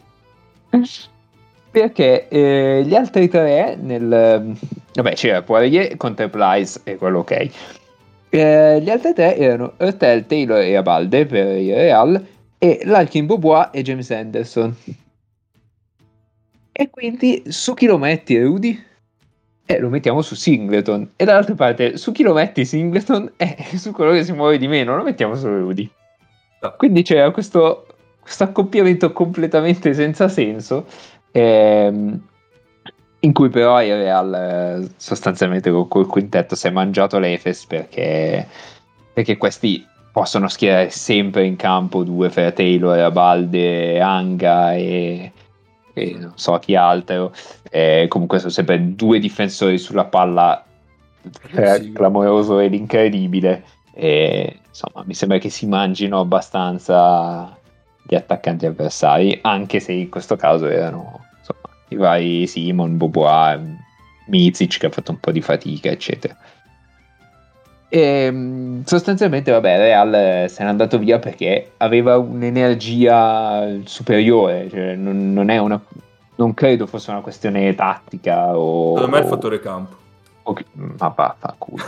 Perché eh, gli altri tre nel... Vabbè, c'era Poirier contro Plyce e quello ok. Eh, gli altri tre erano Hurtel, Taylor e Abalde per il Real e Larkin Bobois e James Anderson. E quindi su chi lo metti Rudy? Eh, lo mettiamo su Singleton. E dall'altra parte, su chi lo metti Singleton? Eh, su quello che si muove di meno, lo mettiamo su Rudy. No. Quindi c'era questo, questo accoppiamento completamente senza senso, ehm, in cui però il Real eh, sostanzialmente col, col quintetto si è mangiato l'Efes perché, perché questi possono schierare sempre in campo due fra Taylor, Abalde, Anga e... e non so chi altro, eh, comunque sono sempre due difensori sulla palla tra Sì. il clamoroso e l'incredibile, e insomma mi sembra che si mangino abbastanza gli attaccanti avversari, anche se in questo caso erano insomma i vari Simon, Bobois, Mizic che ha fatto un po' di fatica eccetera. E sostanzialmente vabbè Real se n'è andato via perché aveva un'energia superiore, cioè non, non è una non credo fosse una questione tattica o Secondo me è il fattore campo. o, ma va fa culo.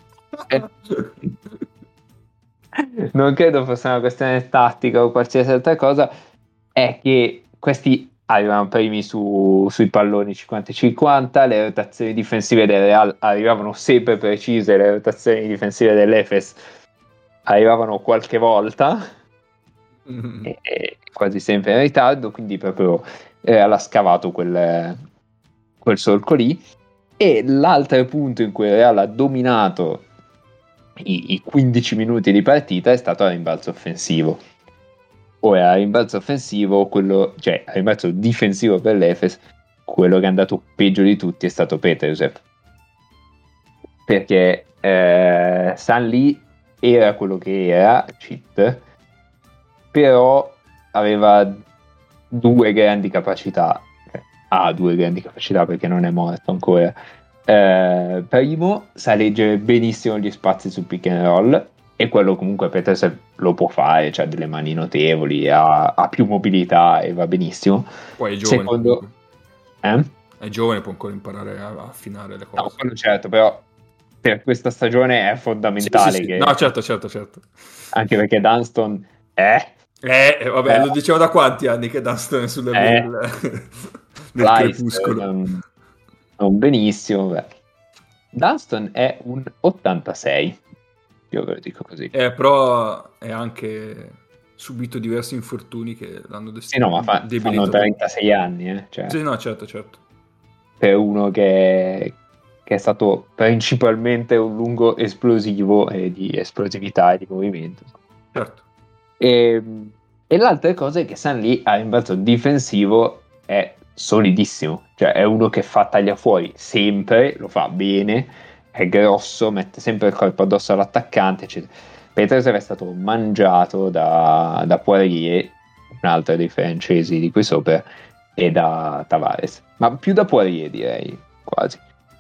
Non credo fosse una questione tattica o qualsiasi altra cosa, è che questi arrivavano primi su, sui palloni cinquanta cinquanta, le rotazioni difensive del Real arrivavano sempre precise, le rotazioni difensive dell'Efes arrivavano qualche volta Mm. e, e quasi sempre in ritardo, quindi proprio Real ha scavato quel, quel solco lì. E l'altro punto in cui il Real ha dominato i, i quindici minuti di partita è stato il rimbalzo offensivo. Ora, il rimbalzo offensivo, quello, cioè il rimbalzo difensivo per l'Efes, quello che è andato peggio di tutti è stato Petrushev, perché eh, San Lee era quello che era, cheat, però aveva due grandi capacità, ha due grandi capacità perché non è morto ancora. Eh, primo, sa leggere benissimo gli spazi sul pick and roll, e quello comunque Petrushev lo può fare, cioè delle mani notevoli, ha, ha più mobilità e va benissimo. Poi è giovane. Secondo, eh? È giovane, può ancora imparare a, a affinare le cose. No, quello certo, però per questa stagione è fondamentale. Sì, sì, sì. Che... No, certo, certo, certo. Anche perché Dunston è... Eh, vabbè, Eh. lo dicevo da quanti anni che Dunston è sulle Eh. del, del Life, crepuscolo. non, non benissimo. Beh. Dunston è un ottantasei, io ve lo dico così. Eh, però è anche subito diversi infortuni che l'hanno dest- Sì, no, ma fa, fanno trentasei anni, eh? Cioè, sì, no, certo, certo. per uno che, che è stato principalmente un lungo esplosivo e di esplosività e di movimento. Certo. E, e l'altra cosa è che San Lee a rimbalzo difensivo è solidissimo, cioè è uno che fa taglia fuori sempre, lo fa bene, è grosso, mette sempre il corpo addosso all'attaccante eccetera. Petrushev è stato mangiato da, da Poirier un altro dei francesi di qui sopra, e da Tavares, ma più da Poirier direi, quasi.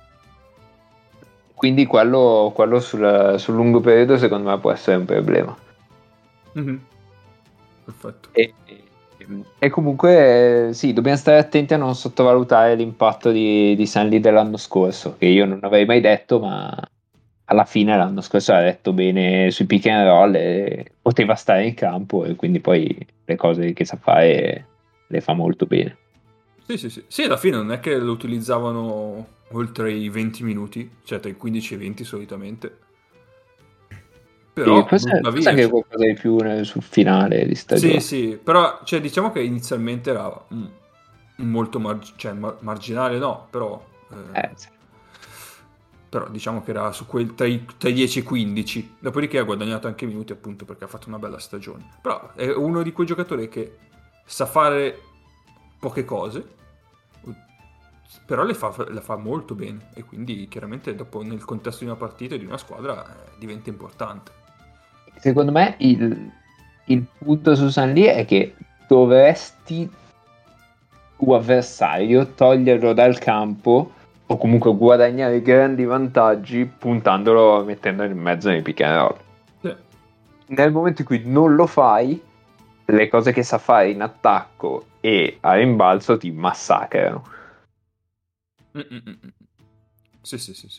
Quindi quello, quello sul, sul lungo periodo secondo me può essere un problema. Mm-hmm. Perfetto. E, e, e comunque sì, dobbiamo stare attenti a non sottovalutare l'impatto di, di Stanley dell'anno scorso, che io non avrei mai detto, ma alla fine l'anno scorso ha detto bene sui pick and roll e poteva stare in campo, e quindi poi le cose che sa fare le fa molto bene. Sì, sì, sì. Sì, alla fine non è che lo utilizzavano oltre i venti minuti, cioè tra i quindici e i venti solitamente. Però Sì, forse, butta forse via. anche qualcosa di più nel- sul finale di stagione. Sì, sì, però cioè, diciamo che inizialmente era mm, molto mar- cioè, mar- marginale, no, però... eh, Eh, sì. però diciamo che era su quel, tra, i, tra i dieci e i quindici, dopodiché ha guadagnato anche minuti appunto perché ha fatto una bella stagione. Però è uno di quei giocatori che sa fare poche cose, però le fa, le fa molto bene, e quindi chiaramente dopo nel contesto di una partita e di una squadra eh, diventa importante. Secondo me il, il punto su San Lee è che dovresti tuo avversario toglierlo dal campo o comunque guadagnare grandi vantaggi puntandolo, mettendolo in mezzo nei pick and roll. Sì. Nel momento in cui non lo fai, le cose che sa fare in attacco e a rimbalzo ti massacrano. Mm-mm-mm. Sì, sì, sì, sì.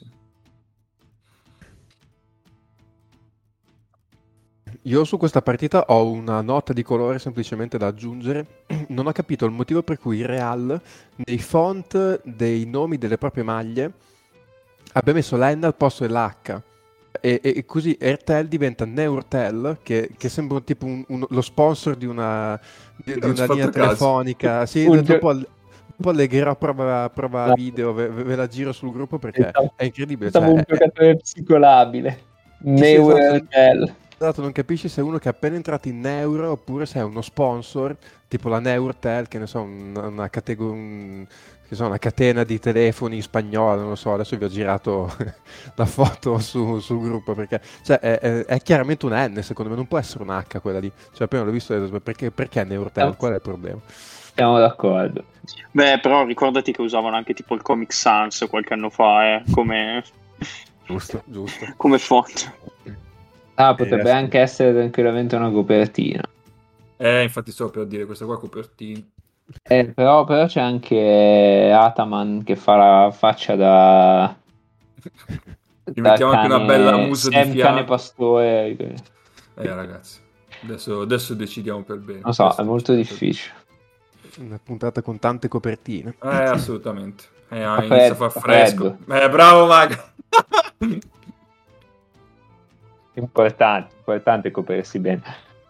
Io su questa partita ho una nota di colore semplicemente da aggiungere. Non ho capito il motivo per cui il Real, nei font dei nomi delle proprie maglie, abbia messo la N al posto dell'H. E, e, e così Airtel diventa Neurtel, che, che sembra un tipo un- un- lo sponsor di una, di, di Non ci una ho linea fatto caso. telefonica. Sì, Un dopo, gio- dopo legherò prova, prova video, ve, ve la giro sul gruppo perché Esatto. è incredibile. Stavo Cioè, un è- è- giocatore psicolabile. sì, sì, esatto. Neurtel. Esatto, non capisci se è uno che è appena entrato in euro oppure se è uno sponsor, tipo la Neurtel, che ne so, un- una, catego- un- che so, una catena di telefoni spagnola, non lo so, adesso vi ho girato la foto su- sul gruppo, perché cioè, è, è- è chiaramente una N, secondo me, non può essere un H quella lì. Cioè, appena l'ho visto, ho detto, perché, perché Neurtel? Qual è il problema? Siamo d'accordo. Beh, però ricordati che usavano anche tipo il Comic Sans qualche anno fa, eh, come, Giusto, giusto. come font. Ah, potrebbe resto- anche essere tranquillamente una copertina. Eh, infatti stavo per dire questa qua copertina. Eh, però, però c'è anche Ataman che fa la faccia da, Gli da mettiamo anche una cane- bella muso di Sam cane fianco. pastore. Eh ragazzi, adesso, adesso decidiamo per bene. Non so, Adesso è molto decidiamo per difficile. Una puntata con tante copertine. bene. Eh, assolutamente. Eh, Fa inizia a freddo, far fa fresco. Eh, bravo Mago. Importante, importante coprirsi bene.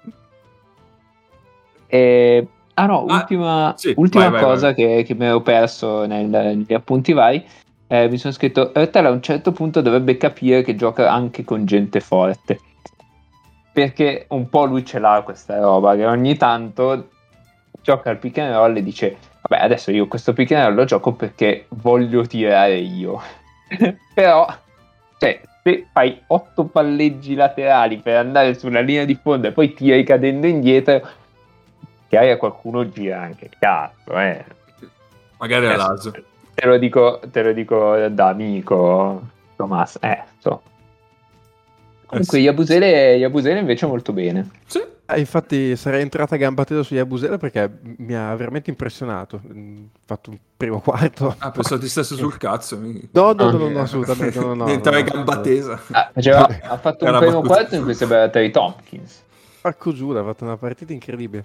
E, ah no, Ah, ultima, sì, ultima vai, vai, cosa vai. Che, che mi ero perso nel- negli appunti vari. Eh, mi sono scritto, Ertel a un certo punto dovrebbe capire che gioca anche con gente forte. Perché un po' lui ce l'ha questa roba, che ogni tanto gioca al pick and roll e dice, vabbè, adesso io questo pick and roll lo gioco perché voglio tirare io. Però, cioè, se fai otto palleggi laterali per andare sulla linea di fondo e poi tiri cadendo indietro, che hai a qualcuno gira anche il cazzo, eh. Magari a Adesso, Laso. Te lo dico, te lo dico da amico, Tomas, eh, so. Comunque, sì. Yabusele, Yabusele invece molto bene. Sì. Eh, infatti sarei entrata a gamba tesa su Yabusele perché mi ha veramente impressionato. Mm, Ho fatto un primo quarto. Ah, pensavo ti stessi sul cazzo. Mi... No, no, no, no, no, assolutamente no, no, no, Diventava no, no, gamba tesa. Ah, faceva- ha fatto un Era primo battuta. quarto in cui sembrava Terry Tompkins. Porco Giuda, ha fatto una partita incredibile.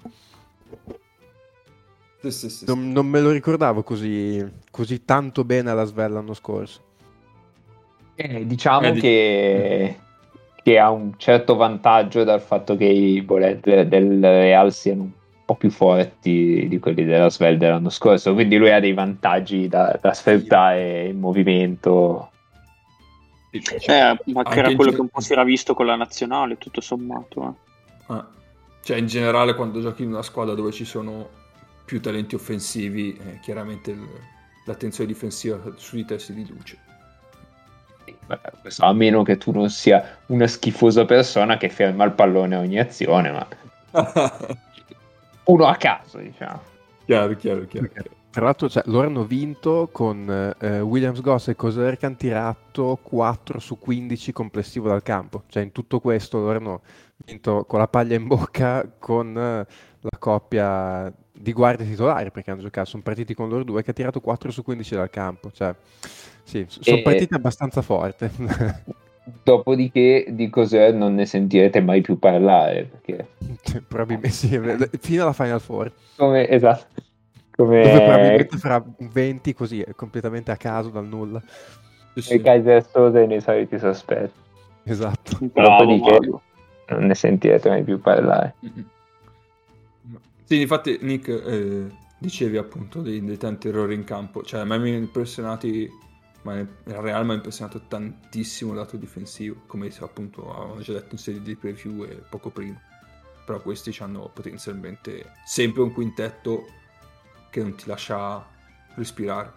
Sì, sì, sì, sì. Non, non me lo ricordavo così, così tanto bene alla Svel l'anno scorso. Eh, diciamo Eh, di- che, che ha un certo vantaggio dal fatto che i bullet del Real siano un po' più forti di quelli della Svel dell'anno scorso, quindi lui ha dei vantaggi da, da sfruttare in movimento. Eh, ma che Anche era in quello ge- che un po' si era visto con la nazionale, tutto sommato. Eh. Ah. Cioè, in generale, quando giochi in una squadra dove ci sono più talenti offensivi, eh, chiaramente il- l'attenzione difensiva su di te si riduce. Beh, questo, a meno che tu non sia una schifosa persona che ferma il pallone a ogni azione, ma uno a caso, diciamo. Chiaro, chiaro, chiaro. chiaro. Tra l'altro, cioè, loro hanno vinto con eh, Williams Goss e Koser che hanno tirato quattro su quindici complessivo dal campo. Cioè, in tutto questo loro hanno vinto con la paglia in bocca con eh, la coppia di guardie titolari, perché hanno giocato, sono partiti con loro due che ha tirato quattro su quindici dal campo. Cioè, sì, sono E- partite abbastanza forti. Dopodiché di Koser non ne sentirete mai più parlare, perché Probabilmente sì, fino alla Final Four. come esatto, Dove come, probabilmente farà venti così, completamente a caso, dal nulla. Sì, come sì. Kaiser Sose nei soliti sospetti. Esatto. Bravo, Dopodiché Mago. non ne sentirete mai più parlare. Mm-mm. Sì, infatti Nick eh, dicevi appunto dei, dei tanti errori in campo, cioè a me mi hanno impressionati, ma il Real mi ha impressionato tantissimo il lato difensivo, come appunto avevamo già detto in serie di preview e poco prima, però questi hanno potenzialmente sempre un quintetto che non ti lascia respirare.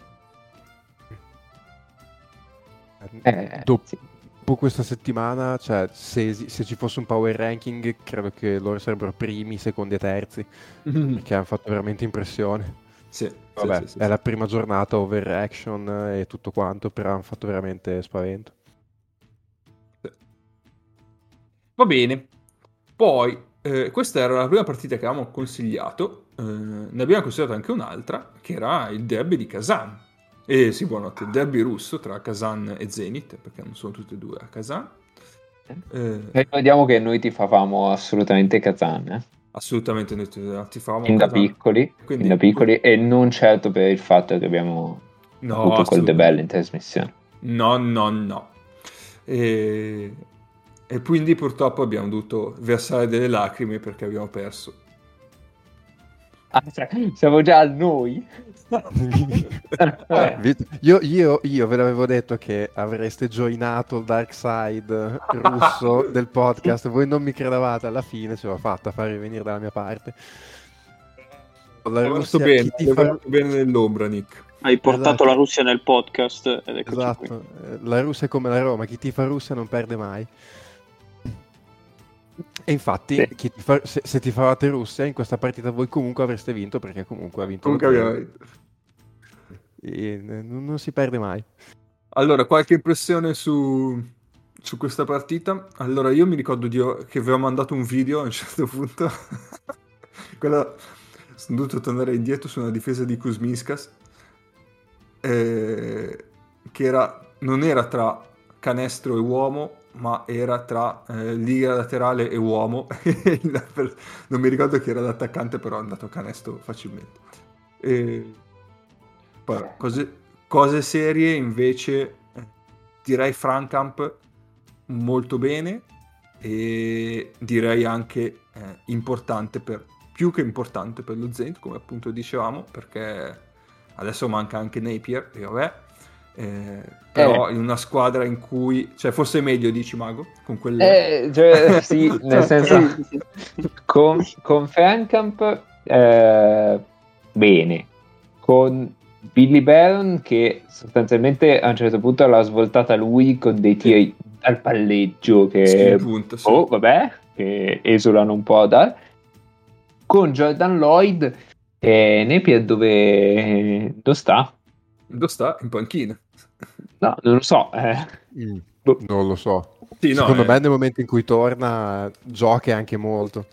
Eh, Dopo sì. questa settimana, cioè, se, esi- se ci fosse un power ranking, credo che loro sarebbero primi, secondi e terzi, perché hanno fatto veramente impressione. Sì, Vabbè, sì, sì, sì, è sì. la prima giornata, overaction e tutto quanto, però hanno fatto veramente spavento. Va bene. Poi, eh, questa era la prima partita che avevamo consigliato. eh, ne abbiamo consigliato anche un'altra, che era il derby di Kazan. E sì, buonanotte, il derby russo tra Kazan e Zenit, perché non sono tutti e due a Kazan. Eh, Ricordiamo che noi tifavamo assolutamente Kazan, eh? assolutamente, noi ti- tifavamo Fin da Kazan. piccoli, Quindi, fin da piccoli, e non certo per il fatto che abbiamo no, avuto quel assolutamente. debello in trasmissione. No, no, no. E... e quindi purtroppo abbiamo dovuto versare delle lacrime perché abbiamo perso. Ah, cioè, siamo già a noi? Eh. Vi- Io, io, io ve l'avevo detto che avreste joinato il dark side russo del podcast, voi non mi credevate, alla fine ce l'ho fatta a farvi venire dalla mia parte. La Hai Russia, fatto bene, chi ti hai fa... fatto bene nell'ombra, Nick. Hai portato Esatto. la Russia nel podcast ed eccoci qui. Esatto, eh, la Russia è come la Roma, chi tifa Russia non perde mai. E infatti, Sì. chi tifa- se, se tifavate Russia, in questa partita voi comunque avreste vinto, perché comunque ha vinto Comunque lo abbiamo zero. E, eh, non, non si perde mai. Allora, qualche impressione su, su questa partita? Allora, io mi ricordo di, che avevo mandato un video a un certo punto. Quella, sono dovuto tornare indietro su una difesa di Kuzminskas, eh, che era, non era tra canestro e uomo, ma era tra eh, linea laterale e uomo. Non mi ricordo chi era l'attaccante, però è andato a canestro facilmente. E poi, cose, cose serie invece, eh, direi Frankamp molto bene, e direi anche eh, importante per, più che importante per lo Zenit, come appunto dicevamo, perché adesso manca anche Napier e vabbè, eh, però Eh. in una squadra in cui, cioè, forse meglio, dici Mago, con quelle... Eh, cioè, sì, nel senso, Sì, sì, sì. con, con Frankamp eh, bene, con Billy Baron che sostanzialmente a un certo punto l'ha svoltata lui con dei tiri al palleggio Sì, che, punto, sì. oh vabbè, che esulano un po' da... Con Jordan Lloyd e Napier dove, dove sta? Dove sta? In panchina. No, non lo so. eh. Boh. Non lo so. Sì, no, Secondo eh. me nel momento in cui torna gioca anche molto.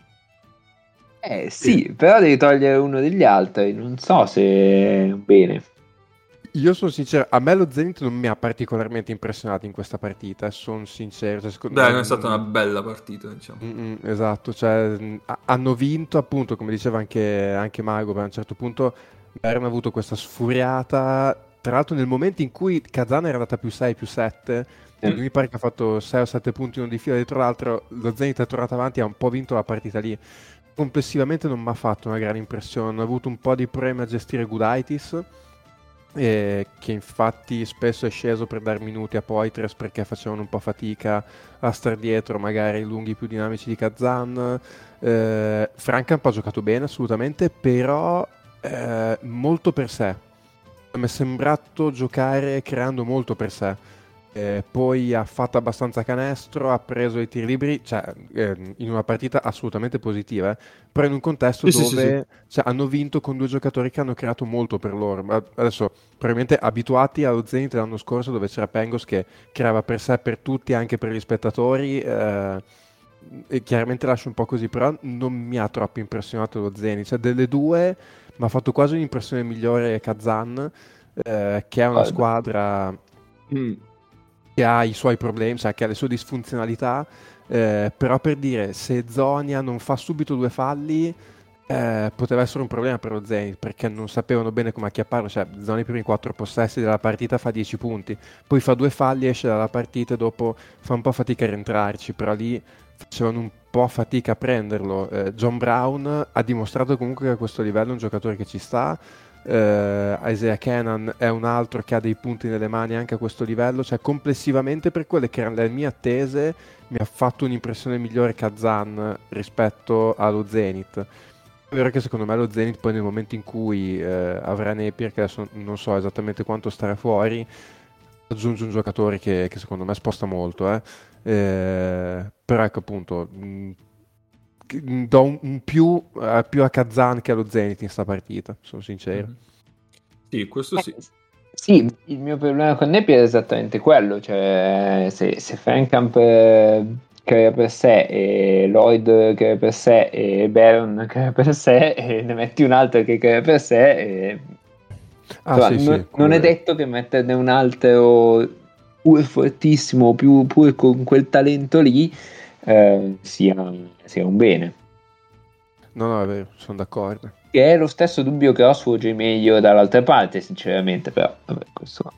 Eh sì, però devi togliere uno degli altri, non so se bene. Io sono sincero, a me lo Zenit non mi ha particolarmente impressionato in questa partita, sono sincero. Cioè, secondo Dai, me non è stata non- una bella partita, diciamo. Mm, mm, esatto, cioè, mh, ha- hanno vinto appunto, come diceva anche, anche Mago, per un certo punto Bayern ha avuto questa sfuriata, tra l'altro nel momento in cui Kazan era andata più sei, più sette, Mm. mi pare che ha fatto sei o sette punti uno di fila dietro l'altro, lo Zenit è tornato avanti e ha un po' vinto la partita lì. Complessivamente non mi ha fatto una gran impressione, hanno avuto un po' di problemi a gestire Gudaitis, eh, che infatti spesso è sceso per dar minuti a Poitres perché facevano un po' fatica a star dietro magari i lunghi più dinamici di Kazan. eh, Frankamp ha giocato bene assolutamente, però eh, molto per sé, mi è sembrato giocare creando molto per sé, Eh, poi ha fatto abbastanza canestro, ha preso i tiri liberi, cioè eh, in una partita assolutamente positiva, eh, però in un contesto Sì, sì, sì, sì. dove cioè, hanno vinto con due giocatori che hanno creato molto per loro. Ma adesso, probabilmente abituati allo Zenit l'anno scorso dove c'era Pengos che creava per sé, per tutti, anche per gli spettatori, eh, e chiaramente lascio un po' così, però non mi ha troppo impressionato lo Zenit. Cioè, delle due mi ha fatto quasi un'impressione migliore Kazan, eh, che è una Guarda. squadra Mm. che ha i suoi problemi, cioè che ha le sue disfunzionalità, eh, però per dire, se Zonia non fa subito due falli, eh, poteva essere un problema per lo Zenit, perché non sapevano bene come acchiapparlo, cioè Zonia i primi quattro possessi della partita fa dieci punti, poi fa due falli, esce dalla partita e dopo fa un po' fatica a rientrarci, però lì facevano un po' fatica a prenderlo. Eh, John Brown ha dimostrato comunque che a questo livello è un giocatore che ci sta. Uh, Isaiah Cannon è un altro che ha dei punti nelle mani anche a questo livello, cioè complessivamente per quelle che erano le mie attese mi ha fatto un'impressione migliore Kazan rispetto allo Zenit. È vero che secondo me lo Zenit poi nel momento in cui uh, avrà Napier, che adesso non so esattamente quanto starà fuori, aggiunge un giocatore che, che secondo me sposta molto, eh. Eh, però ecco appunto mh, do un, un più, uh, più a Kazan che allo Zenit in sta partita, sono sincero. Mm-hmm. Sì, questo sì. Eh, sì, il mio problema con Napier è esattamente quello, cioè se, se Frankamp eh, crea per sé e Lloyd crea per sé e Baron crea per sé e ne metti un altro che crea per sé e... Ah, insomma, sì, non, sì, non è come- detto che metterne un altro pure fortissimo, più, pure con quel talento lì eh, sia, sia un bene. No, no, è vero, sono d'accordo. Che è lo stesso dubbio che ho su O J meglio dall'altra parte, sinceramente, però vabbè, questo...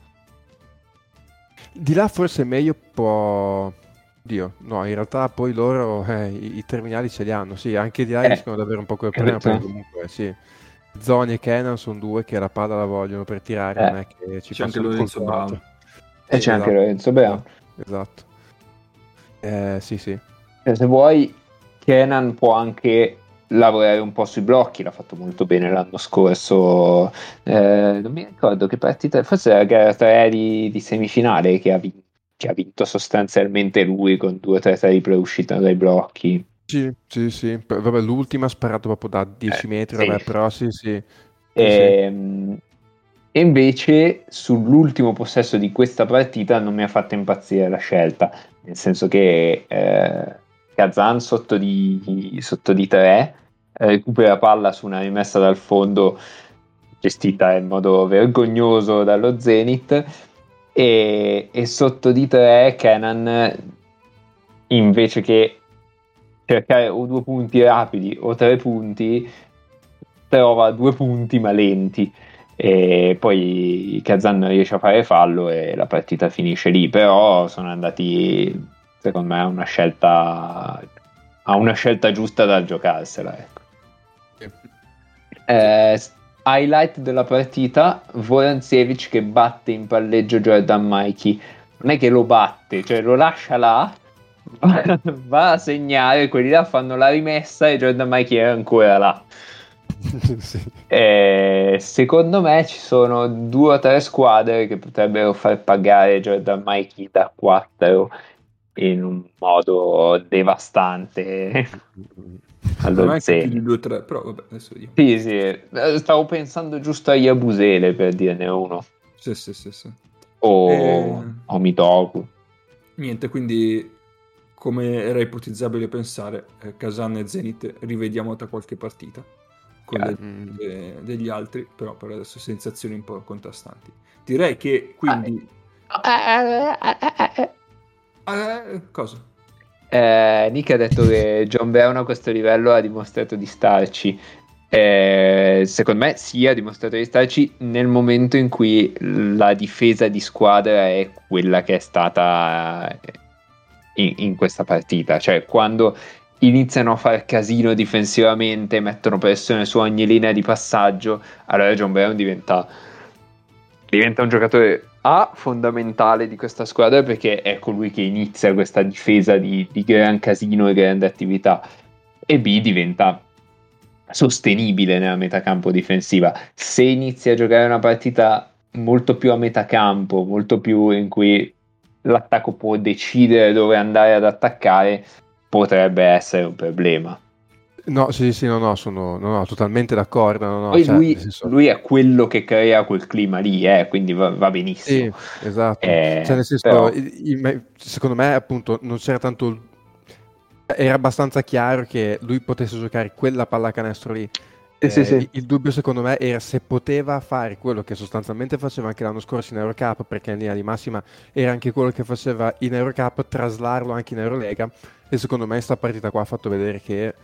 Di là forse è meglio può... Dio, no, in realtà poi loro eh, i, i terminali ce li hanno, sì, anche di là Eh, rischiano di avere un po' quel problema, capito? perché comunque sì, Zoni e Kenan sono due che la palla la vogliono per tirare, Eh. non è che ci C'è anche passano Lorenzo col quattro. Brown. E Sì, c'è anche esatto, Lorenzo Brown. esatto. Eh, sì, sì. Cioè, se vuoi, Kenan può anche lavorare un po' sui blocchi, l'ha fatto molto bene l'anno scorso. Eh, non mi ricordo che partita, forse era gara tre di, di semifinale che ha, vinto, che ha vinto sostanzialmente lui con due o tre triple uscita dai blocchi. Sì, sì, sì. P- vabbè, l'ultima ha sparato proprio da dieci Eh, metri, sì. vabbè, però sì, sì. Sì, sì. E, e invece sull'ultimo possesso di questa partita non mi ha fatto impazzire la scelta, nel senso che eh, Kazan sotto di, sotto di tre eh, recupera palla su una rimessa dal fondo gestita in modo vergognoso dallo Zenit e, e sotto di tre Kenan invece che cercare o due punti rapidi o tre punti trova due punti ma lenti e poi Kazan riesce a fare fallo e la partita finisce lì, però sono andati secondo me a una scelta a una scelta giusta da giocarsela, ecco. Eh, highlight della partita: Voranziewicz che batte in palleggio Jordan Mikey, non è che lo batte, cioè lo lascia là, va, va a segnare, quelli là fanno la rimessa e Jordan Mikey è ancora là. Sì. Eh, secondo me ci sono due o tre squadre che potrebbero far pagare Jordan Mikey da quattro in un modo devastante Non allo anche più di Zenit. due o tre, però vabbè, adesso vediamo. Sì, sì, eh, stavo pensando giusto a Yabusele per dirne uno, Sì, sì, sì, sì. o, E... o Mitoku. Niente, quindi come era ipotizzabile pensare, eh, Kazan e Zenit rivediamo tra qualche partita con le, Mm. de- degli altri, però per adesso sensazioni un po' contrastanti. Direi che quindi... Eh, cosa? Eh, Nick ha detto che John Brown a questo livello ha dimostrato di starci. Eh, secondo me sì, ha dimostrato di starci nel momento in cui la difesa di squadra è quella che è stata in, in questa partita, cioè quando iniziano a far casino difensivamente, mettono pressione su ogni linea di passaggio, allora John Brown diventa diventa un giocatore A fondamentale di questa squadra perché è colui che inizia questa difesa di, di gran casino e grande attività, e B diventa sostenibile nella metacampo difensiva. Se inizi a giocare una partita molto più a metacampo, molto più in cui l'attacco può decidere dove andare ad attaccare, potrebbe essere un problema. No, sì, sì, no, no, sono no, no, totalmente d'accordo. No, no, Poi cioè, lui, nel senso... lui è quello che crea quel clima lì, eh, quindi va, va benissimo. Sì, esatto. Eh, Cioè, nel senso, però... il- il- secondo me, appunto, non c'era tanto... Era abbastanza chiaro che lui potesse giocare quella pallacanestro lì. Sì, sì, Eh, sì. il, il dubbio, secondo me, era se poteva fare quello che sostanzialmente faceva anche l'anno scorso in Eurocup, perché in linea di massima era anche quello che faceva in Eurocup, traslarlo anche in Eurolega. E secondo me, sta partita qua ha fatto vedere che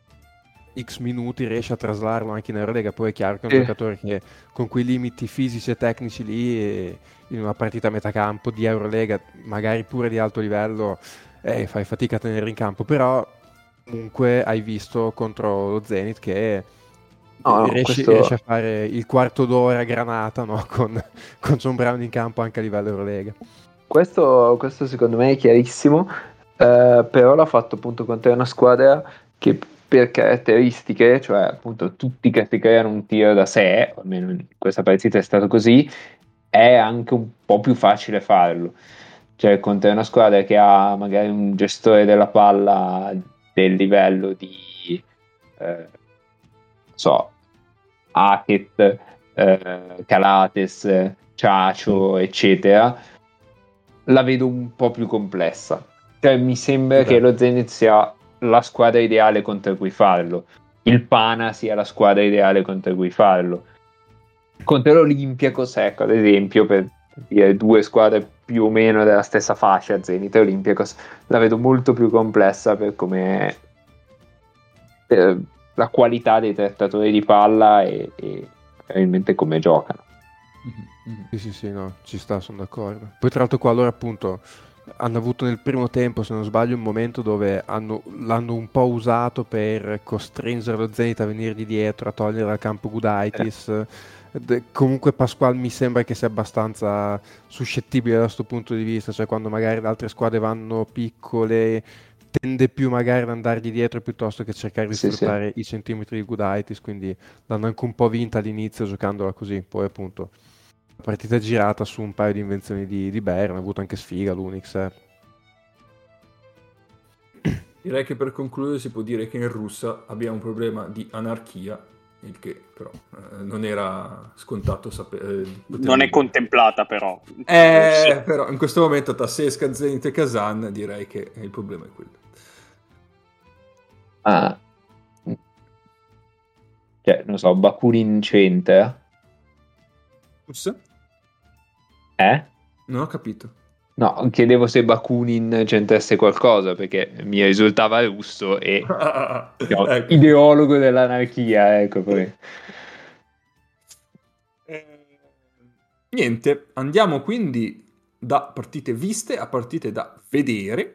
X minuti riesce a traslarlo anche in Eurolega. Poi è chiaro che è un Sì. giocatore che con quei limiti fisici e tecnici lì, e in una partita a metà campo di Eurolega, magari pure di alto livello, eh, fai fatica a tenere in campo. Però comunque hai visto contro lo Zenit che No, no, riesce, questo- riesce a fare il quarto d'ora a granata, no? con, con John Brown in campo anche a livello Eurolega. Questo, questo secondo me è chiarissimo, eh, però l'ha fatto appunto contro una squadra che per caratteristiche, cioè appunto tutti che si creano un tiro da sé, almeno in questa partita è stato così, è anche un po' più facile farlo. Cioè contro una squadra che ha magari un gestore della palla del livello di, eh, non so, Hackett, eh, Calates, Ciacio, eccetera, la vedo un po' più complessa. Cioè mi sembra Beh. che lo Zenit sia la squadra ideale contro cui farlo, il Pana sia la squadra ideale contro cui farlo. Contro l'Olympiakos, ecco, ad esempio, per dire due squadre più o meno della stessa fascia, Zenit e Olympiakos, la vedo molto più complessa per come per la qualità dei trattatori di palla e, e probabilmente come giocano. Mhm. Sì, sì, sì, no, ci sta, sono d'accordo. Poi tra l'altro qua loro appunto hanno avuto nel primo tempo, se non sbaglio, un momento dove hanno, l'hanno un po' usato per costringere lo Zenit a venire di dietro, a togliere dal campo Gudaitis. De- comunque Pasquale mi sembra che sia abbastanza suscettibile da questo punto di vista, cioè quando magari le altre squadre vanno piccole tende più magari ad andargli dietro piuttosto che cercare di Sì, sfruttare i centimetri di Gudaitis, quindi l'hanno anche un po' vinta all'inizio giocandola così. Poi appunto la partita è girata su un paio di invenzioni di, di Bayern, ha avuto anche sfiga l'Unix. Eh. Direi che per concludere si può dire che in Russia abbiamo un problema di anarchia, il che però eh, non era scontato sapere. Non è contemplata però. Eh, Sì. però in questo momento tra Sesca, Zenit e Kazan direi che il problema è quello. Ah. Cioè, non so, Bakunin c'entra? Ups? Eh? Non ho capito. No, chiedevo se Bakunin c'entrasse qualcosa, perché mi risultava russo e no, Ecco. ideologo dell'anarchia, ecco poi. Eh, niente, andiamo quindi da partite viste a partite da vedere.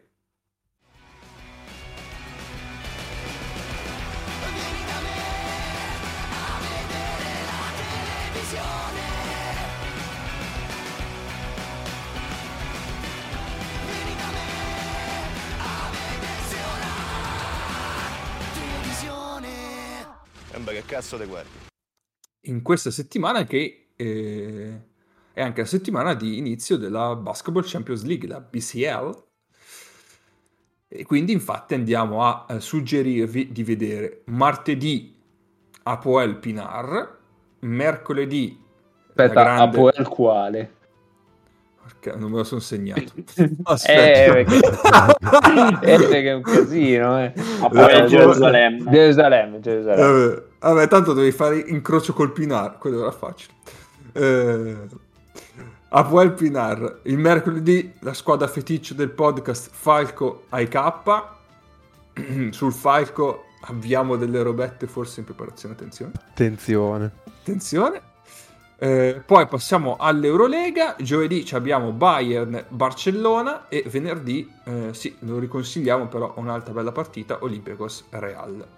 Che cazzo te guardi? In questa settimana che eh, è anche la settimana di inizio della Basketball Champions League, la B C L, e quindi infatti andiamo a eh, suggerirvi di vedere martedì Apoel Pinar, mercoledì Aspetta, la grande... Apoel quale? Perché non me lo sono segnato. Eh, Aspetta. perché... eh, perché è un casino, eh. Apoel Eh, Gerusalemme. Gerusalemme, Gerusalemme. Vabbè, vabbè, tanto devi fare incrocio col Pinar, quello era facile. Eh, Apoel Pinar, il mercoledì la squadra feticcio del podcast Falco A K. Sul Falco abbiamo delle robette forse in preparazione, attenzione. Attenzione. Attenzione. Eh, poi passiamo all'Eurolega. Giovedì ci abbiamo Bayern Barcellona e venerdì, eh, sì, lo riconsigliamo però un'altra bella partita, Olympiacos Real.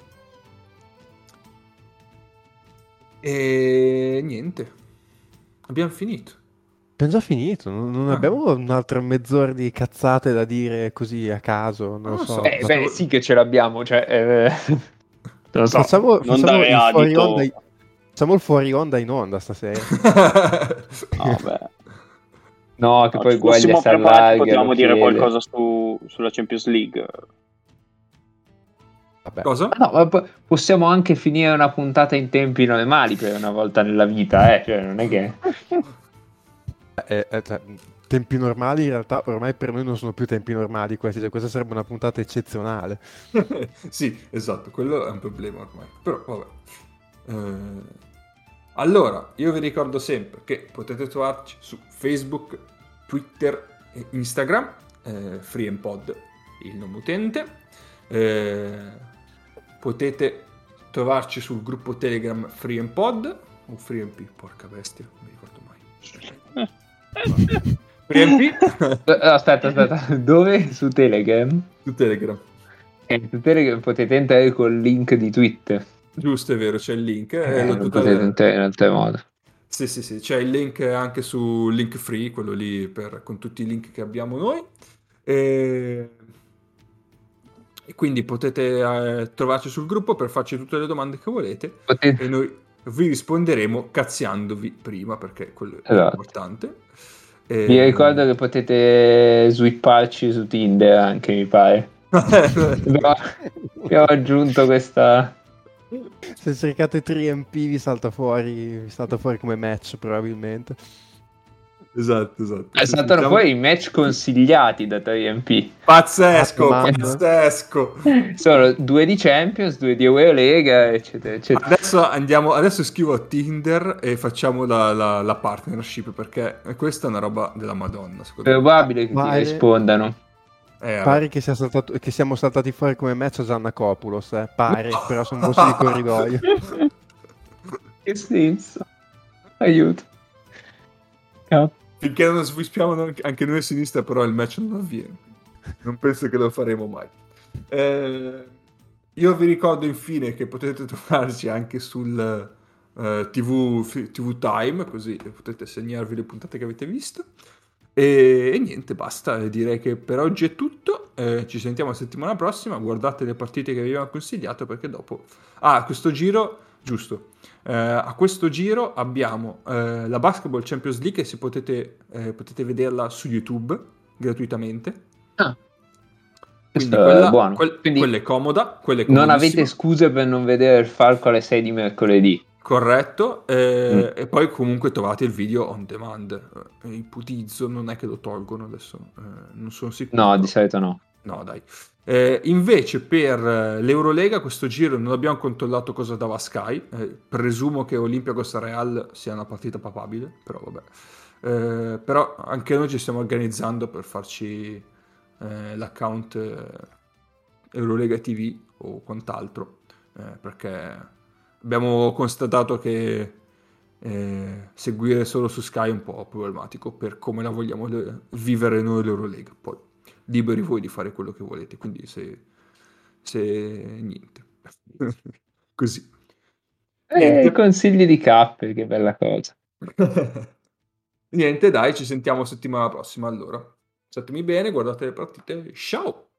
E niente, abbiamo finito. Abbiamo già finito, non, non Ah. abbiamo un'altra mezz'ora di cazzate da dire così a caso, non Non lo lo so. so. Eh, Ma- beh, sì che ce l'abbiamo, cioè... eh, non lo so. facciamo non facciamo dare il fuori adito. onda, facciamo il fuori onda in onda stasera. No, beh. No, che No, poi ci fossimo Guaglia si preparati, allarga, potevamo lo dire chiede. qualcosa su, sulla Champions League. Vabbè. Cosa? Ma no, ma po- possiamo anche finire una puntata in tempi normali per una volta nella vita, eh? Cioè, non è che... Eh, eh, cioè, tempi normali in realtà ormai per noi non sono più tempi normali questi, cioè, questa sarebbe una puntata eccezionale. Sì, esatto, quello è un problema ormai. Però vabbè. Eh, allora, io vi ricordo sempre che potete trovarci su Facebook, Twitter e Instagram, eh, FreeMPod, il nome utente. Eh, potete trovarci sul gruppo Telegram FreeMPod o FreeMP, porca bestia, non mi ricordo mai. FreeMP Eh, Aspetta, aspetta, dove? Su Telegram? su Telegram. Eh, su Telegram potete entrare col link di Twitter. Giusto, è vero, c'è il link. eh, Eh, l'ho non tutto- potete entrare in altro modo. Sì, sì, sì, c'è il link anche su Linkfree, quello lì per, con tutti i link che abbiamo noi. E, e quindi potete eh, trovarci sul gruppo per farci tutte le domande che volete Potete... e noi vi risponderemo cazziandovi prima, perché quello è Esatto. importante. Vi E... ricordo che potete swipparci su Tinder anche, mi pare. Abbiamo, abbiamo aggiunto questa... Se cercate tre M P vi salta fuori, vi salta fuori come match probabilmente. Esatto, esatto. Eh, Sì, saltano sì, fuori siamo- i match consigliati da tre M P. Pazzesco, Ah, domanda. pazzesco. Sono due di Champions, due di Eurolega, eccetera, eccetera. Adesso andiamo, adesso scrivo a Tinder e facciamo la, la- la partnership, perché questa è una roba della Madonna, secondo me. Probabile che ti Vale. rispondano. Eh, vabbè. Pare che, sia saltato, che siamo saltati fuori come match a Giannakopoulos, eh. Pare, però sono voci di corridoio. Che senso? Aiuto. Cazzo. Finché non swispiamo anche noi a sinistra, però il match non avviene. Non penso che lo faremo mai. Eh, io vi ricordo infine che potete trovarci anche sul eh, T V, T V Time, così potete segnarvi le puntate che avete visto. E, e niente, basta. Direi che per oggi è tutto. Eh, ci sentiamo la settimana prossima. Guardate le partite che vi abbiamo consigliato, perché dopo... Ah, questo giro, giusto. Eh, a questo giro abbiamo eh, la Basketball Champions League, che si potete, eh, potete vederla su YouTube gratuitamente. Ah, Quindi questo è quella, buono. quel- Quindi quella è comoda, quella è non comodissima. avete scuse per non vedere il Falco alle sei di mercoledì. Corretto, eh, Mm. e poi comunque trovate il video on demand. Eh, ipotizzo, non è che lo tolgono adesso, eh, non sono sicuro. No, di solito no. No, dai. Eh, invece per eh, l'Eurolega questo giro non abbiamo controllato cosa dava Sky. Eh, presumo che Olympiacos Real sia una partita papabile, però vabbè. Eh, però anche noi ci stiamo organizzando per farci eh, l'account eh, Eurolega T V o quant'altro, eh, perché abbiamo constatato che eh, seguire solo su Sky è un po' problematico per come la vogliamo le- vivere noi l'Eurolega. Poi liberi voi di fare quello che volete, quindi se, se niente. Così. Eh, Niente. consigli di cappe, che bella cosa. Niente, dai, ci sentiamo settimana prossima allora. Statemi bene, guardate le partite. Ciao!